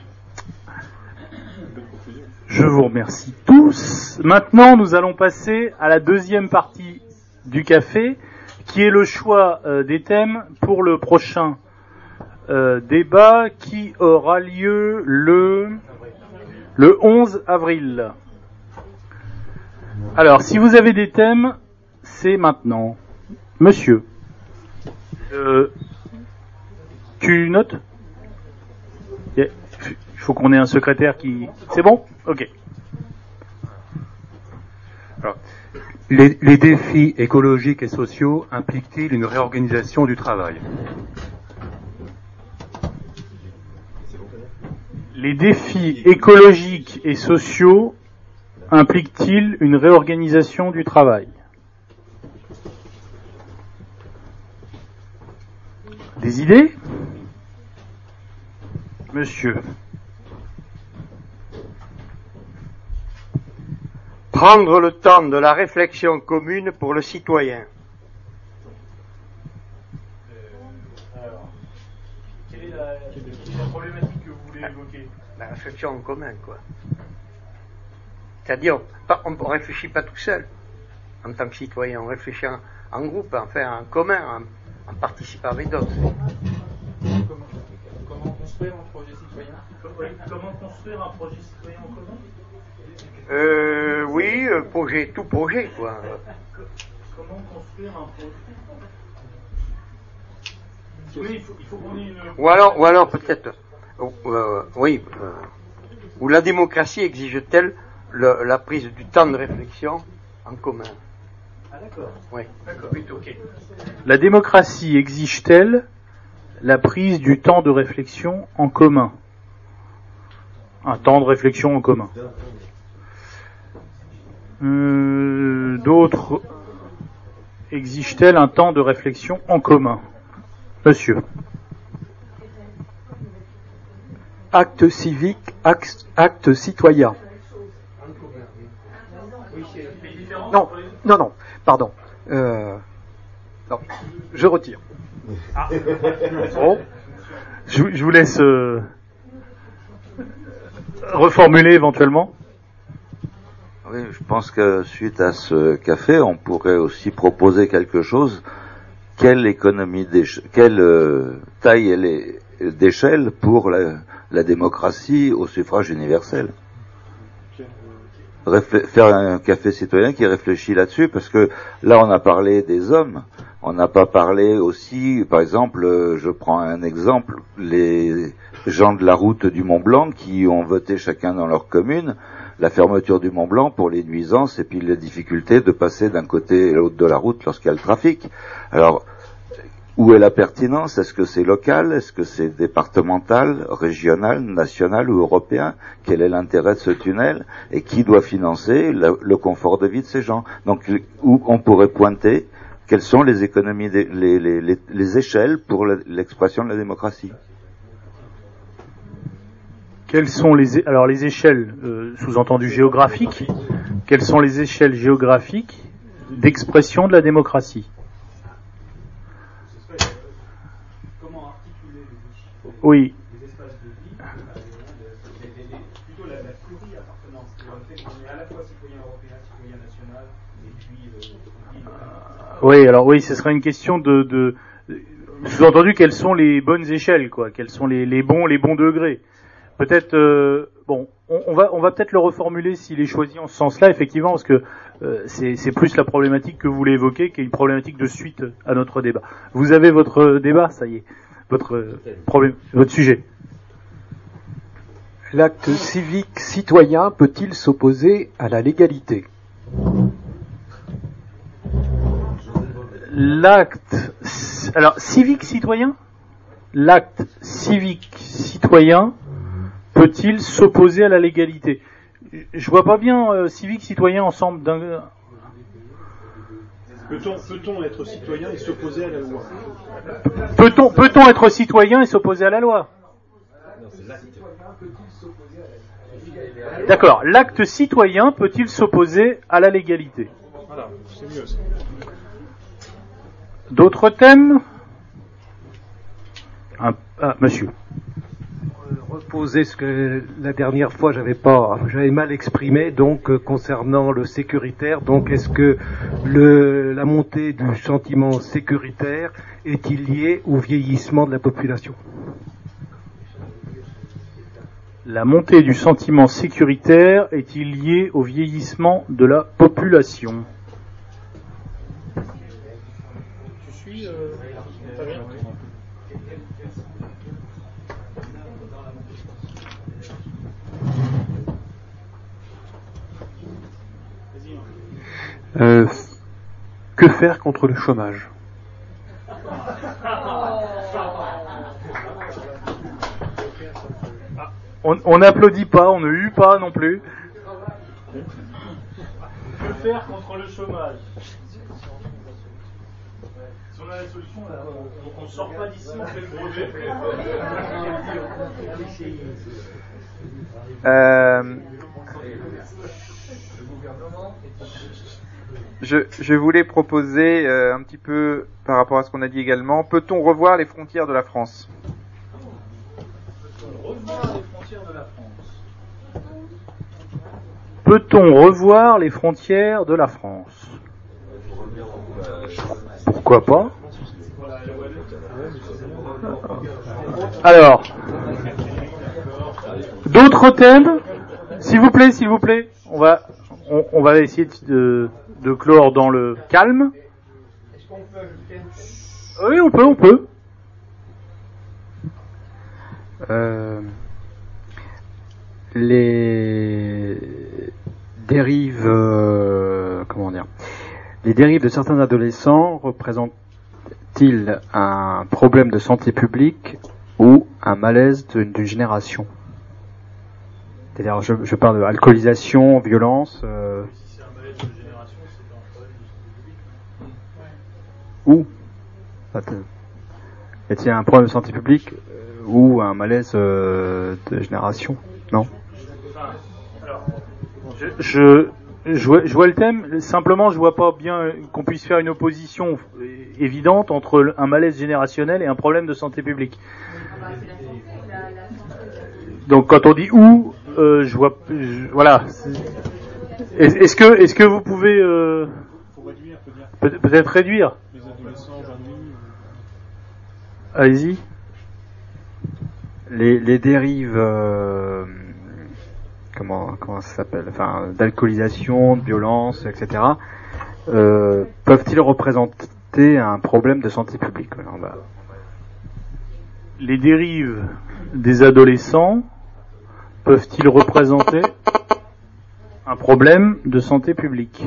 Je vous remercie tous. Maintenant, nous allons passer à la deuxième partie du café, qui est le choix euh, des thèmes pour le prochain Euh, débat qui aura lieu le le onze avril. Alors, si vous avez des thèmes, c'est maintenant. Monsieur, euh, tu notes ? Il faut qu'on ait un secrétaire qui... C'est bon ? Ok. Alors, les, les défis écologiques et sociaux impliquent-ils une réorganisation du travail ? Les défis écologiques et sociaux impliquent-ils une réorganisation du travail ? Des idées ? Monsieur. Prendre le temps de la réflexion commune pour le citoyen. Alors, quelle est la, quelle est la problématique que vous voulez évoquer ? La réflexion en commun, quoi. C'est-à-dire, on ne réfléchit pas tout seul, en tant que citoyen, on réfléchit en, en groupe, enfin en commun, en, en participant avec d'autres. Comment, comment construire un projet citoyen ? Comment construire un projet citoyen en commun ? Euh, oui, projet, tout projet, quoi. Comment construire un projet ? Oui, il faut, il faut qu'on ait une... Ou alors, ou alors peut-être, euh, oui, euh, où la démocratie exige-t-elle le, la prise du temps de réflexion en commun ? Ah d'accord. Oui. D'accord, oui, ok. La démocratie exige-t-elle la prise du temps de réflexion en commun ? Un temps de réflexion en commun. Euh, d'autres exigent-elles un temps de réflexion en commun ? Monsieur. Acte civique, acte, acte citoyen. Non, non, non, pardon. Euh, non, je retire. Ah. Bon. Je, je vous laisse euh, reformuler éventuellement. Oui, je pense que suite à ce café, on pourrait aussi proposer quelque chose. Quelle économie d'échelle, quelle euh, taille elle est d'échelle pour la, la démocratie au suffrage universel? Réfl- faire un café citoyen qui réfléchit là-dessus, parce que là on a parlé des hommes, on n'a pas parlé aussi, par exemple, euh, je prends un exemple, les gens de la route du Mont Blanc qui ont voté chacun dans leur commune la fermeture du Mont Blanc pour les nuisances et puis les difficultés de passer d'un côté et l'autre de la route lorsqu'il y a le trafic. Alors, où est la pertinence? Est-ce que c'est local? Est-ce que c'est départemental, régional, national ou européen? Quel est l'intérêt de ce tunnel? Et qui doit financer le, le confort de vie de ces gens? Donc, où on pourrait pointer quelles sont les économies, les, les, les, les échelles pour l'expression de la démocratie? Quelles sont les alors les échelles euh, sous-entendu géographiques? Quelles sont les échelles géographiques d'expression de la démocratie? Oui. Les espaces de vie, plutôt la, la pluri-appartenance, le fait qu'on est à la fois citoyen européen, citoyen national, et puis... Euh, oui, alors oui, ce serait une question de... de sous-entendu, quelles sont les bonnes échelles, quoi? Quels sont les, les bons les bons degrés? Peut-être... Euh, bon, on, on va on va peut-être le reformuler s'il est choisi en ce sens-là, effectivement, parce que euh, c'est, c'est plus la problématique que vous voulez évoquer qu'une problématique de suite à notre débat. Vous avez votre débat, ça y est. Votre problème, votre sujet. L'acte civique citoyen peut-il s'opposer à la légalité? L'acte, alors civique citoyen, l'acte civique citoyen peut-il s'opposer à la légalité? Je vois pas bien euh, civique citoyen ensemble d'un. Peut-on, peut-on être citoyen et s'opposer à la loi? Peut-on, peut-on être citoyen et s'opposer à la loi? D'accord. L'acte citoyen peut-il s'opposer à la légalité? Voilà, c'est mieux ça. D'autres thèmes? Un, ah, monsieur. Reposer ce que la dernière fois j'avais pas, j'avais mal exprimé, donc euh, concernant le sécuritaire. Donc, est-ce que le, la montée du sentiment sécuritaire est-il lié au vieillissement de la population? La montée du sentiment sécuritaire est-il lié au vieillissement de la population? Tu suis, euh, Fabien ? Euh, que faire contre le chômage? On n'applaudit pas, on ne hue pas non plus. Que faire contre le chômage? Si on a la solution, là, on ne sort pas d'ici, on fait le projet. Euh, je, je voulais proposer euh, un petit peu par rapport à ce qu'on a dit également, peut-on revoir les frontières de la France? Peut-on revoir les frontières de la France? Pourquoi pas? Alors, d'autres thèmes? S'il vous plaît, s'il vous plaît. On va, on, on va essayer de, de clore dans le calme. Oui, on peut, on peut. Euh, les dérives, euh, comment dire, les dérives de certains adolescents représentent-ils un problème de santé publique ou un malaise d'une, d'une génération? C'est-à-dire, je, je parle de alcoolisation, violence. Euh, Où Est-il un problème de santé publique euh, ou un malaise euh, de génération? Non. Je, je, je, vois, je vois le thème, simplement je vois pas bien qu'on puisse faire une opposition évidente entre un malaise générationnel et un problème de santé publique. Donc quand on dit où, euh, je vois, je, voilà. Est, est-ce que, est-ce que vous pouvez euh, peut, peut-être réduire? Allez-y. Les, les dérives, euh, comment, comment ça s'appelle, enfin, d'alcoolisation, de violence, et cetera. Euh, peuvent-ils représenter un problème de santé publique? Alors, bah... Les dérives des adolescents peuvent-ils représenter un problème de santé publique?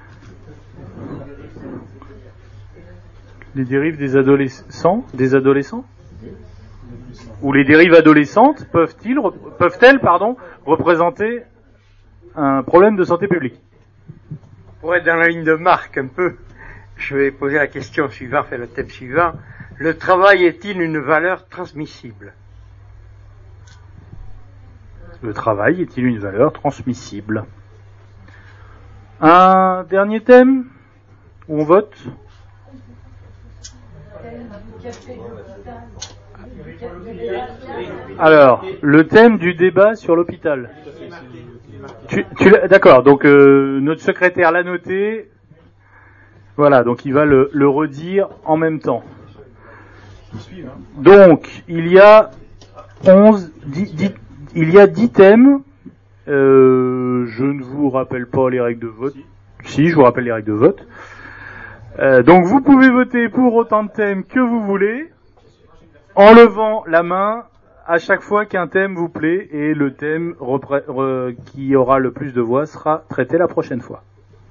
Les dérives des adolescents, des adolescents, ou les dérives adolescentes peuvent-ils, peuvent-elles, pardon, représenter un problème de santé publique? Pour être dans la ligne de Marc un peu, je vais poser la question suivante, faire le thème suivant. Le travail est-il une valeur transmissible? Le travail est-il une valeur transmissible? Un dernier thème où on vote? Alors, le thème du débat sur l'hôpital. Tu, tu d'accord, donc euh, notre secrétaire l'a noté. Voilà, donc il va le, le redire en même temps. Donc, il y a onze, dix, dix, il y a dix thèmes. Euh, je ne vous rappelle pas les règles de vote. Si, je vous rappelle les règles de vote. Euh, donc, vous pouvez voter pour autant de thèmes que vous voulez, en levant la main à chaque fois qu'un thème vous plaît, et le thème repré- re- qui aura le plus de voix sera traité la prochaine fois.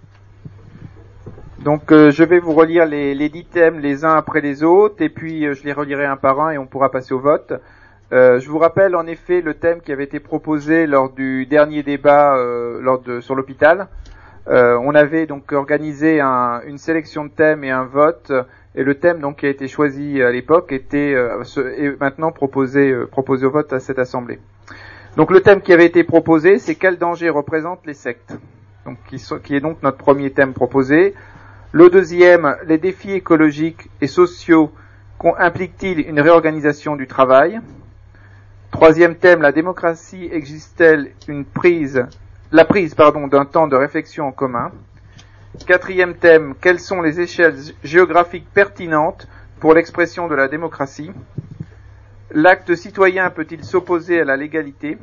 Donc euh, je vais vous relire les, les dix thèmes les uns après les autres, et puis euh, je les relirai un par un et on pourra passer au vote. Euh, je vous rappelle en effet le thème qui avait été proposé lors du dernier débat euh, lors de, sur l'hôpital. Euh, on avait donc organisé un, une sélection de thèmes et un vote, et le thème donc qui a été choisi à l'époque était euh, ce, est maintenant proposé, euh, proposé au vote à cette assemblée. Donc le thème qui avait été proposé, c'est quel danger représentent les sectes, donc qui, sont, qui est donc notre premier thème proposé. Le deuxième, les défis écologiques et sociaux impliquent-ils une réorganisation du travail? Troisième thème, la démocratie exige-t-elle une prise, la prise pardon, d'un temps de réflexion en commun? Quatrième thème, quelles sont les échelles géographiques pertinentes pour l'expression de la démocratie? L'acte citoyen peut-il s'opposer à la légalité?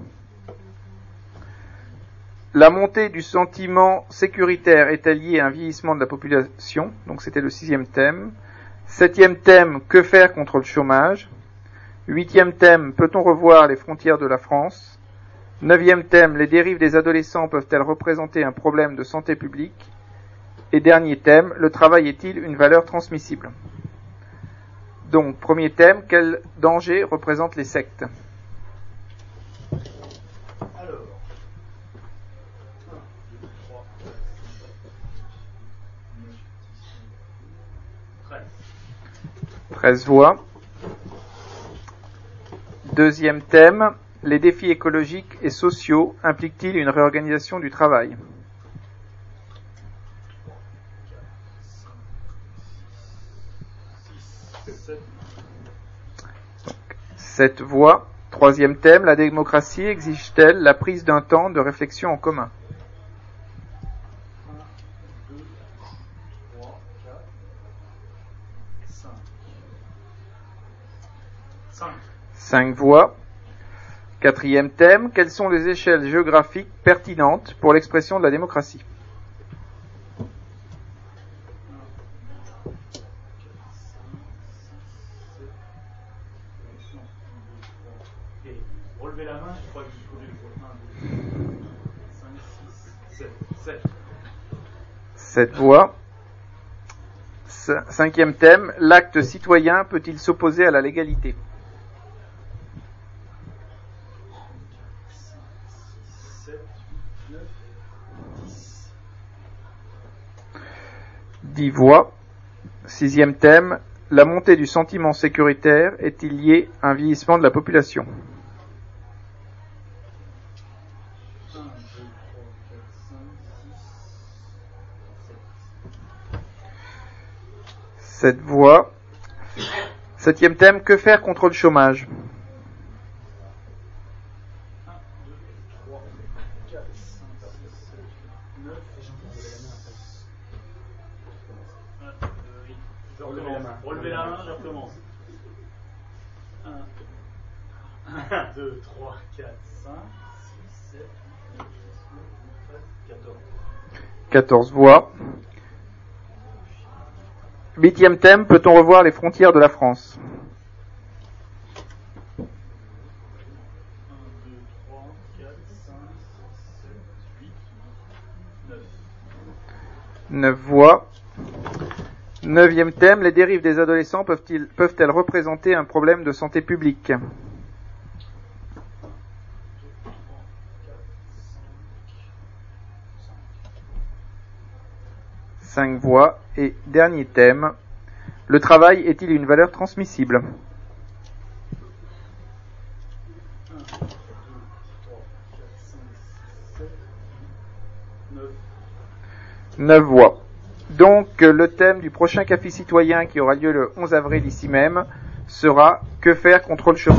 La montée du sentiment sécuritaire est-elle liée à un vieillissement de la population? Donc c'était le sixième thème. Septième thème, que faire contre le chômage? Huitième thème, peut-on revoir les frontières de la France? Neuvième thème, les dérives des adolescents peuvent-elles représenter un problème de santé publique? Et dernier thème, le travail est-il une valeur transmissible? Donc, premier thème, quel danger représentent les sectes? treize voix. Deuxième thème, les défis écologiques et sociaux impliquent-ils une réorganisation du travail? Donc, sept voix. Troisième thème, la démocratie exige-t-elle la prise d'un temps de réflexion en commun? Cinq voix. Quatrième thème, quelles sont les échelles géographiques pertinentes pour l'expression de la démocratie? Relevez la main, je crois que je connais le un, deux, cinq, six, sept, sept. Sept voix. Cinquième thème, l'acte citoyen peut-il s'opposer à la légalité? Dix voix. Sixième thème, la montée du sentiment sécuritaire est-il liée à un vieillissement de la population? Cette voix. Septième thème, que faire contre le chômage? Relevez la main, je recommence. un, deux, trois, quatre, cinq, six, sept, huit, neuf, quatorze. quatorze voix. Huitième thème, peut-on revoir les frontières de la France? neuf voix. Neuvième thème, les dérives des adolescents peuvent-ils, peuvent-elles représenter un problème de santé publique? Cinq voix. Et dernier thème, le travail est-il une valeur transmissible? Neuf voix. Donc, le thème du prochain café citoyen qui aura lieu le onze avril ici même sera « Que faire contre le chômage ?»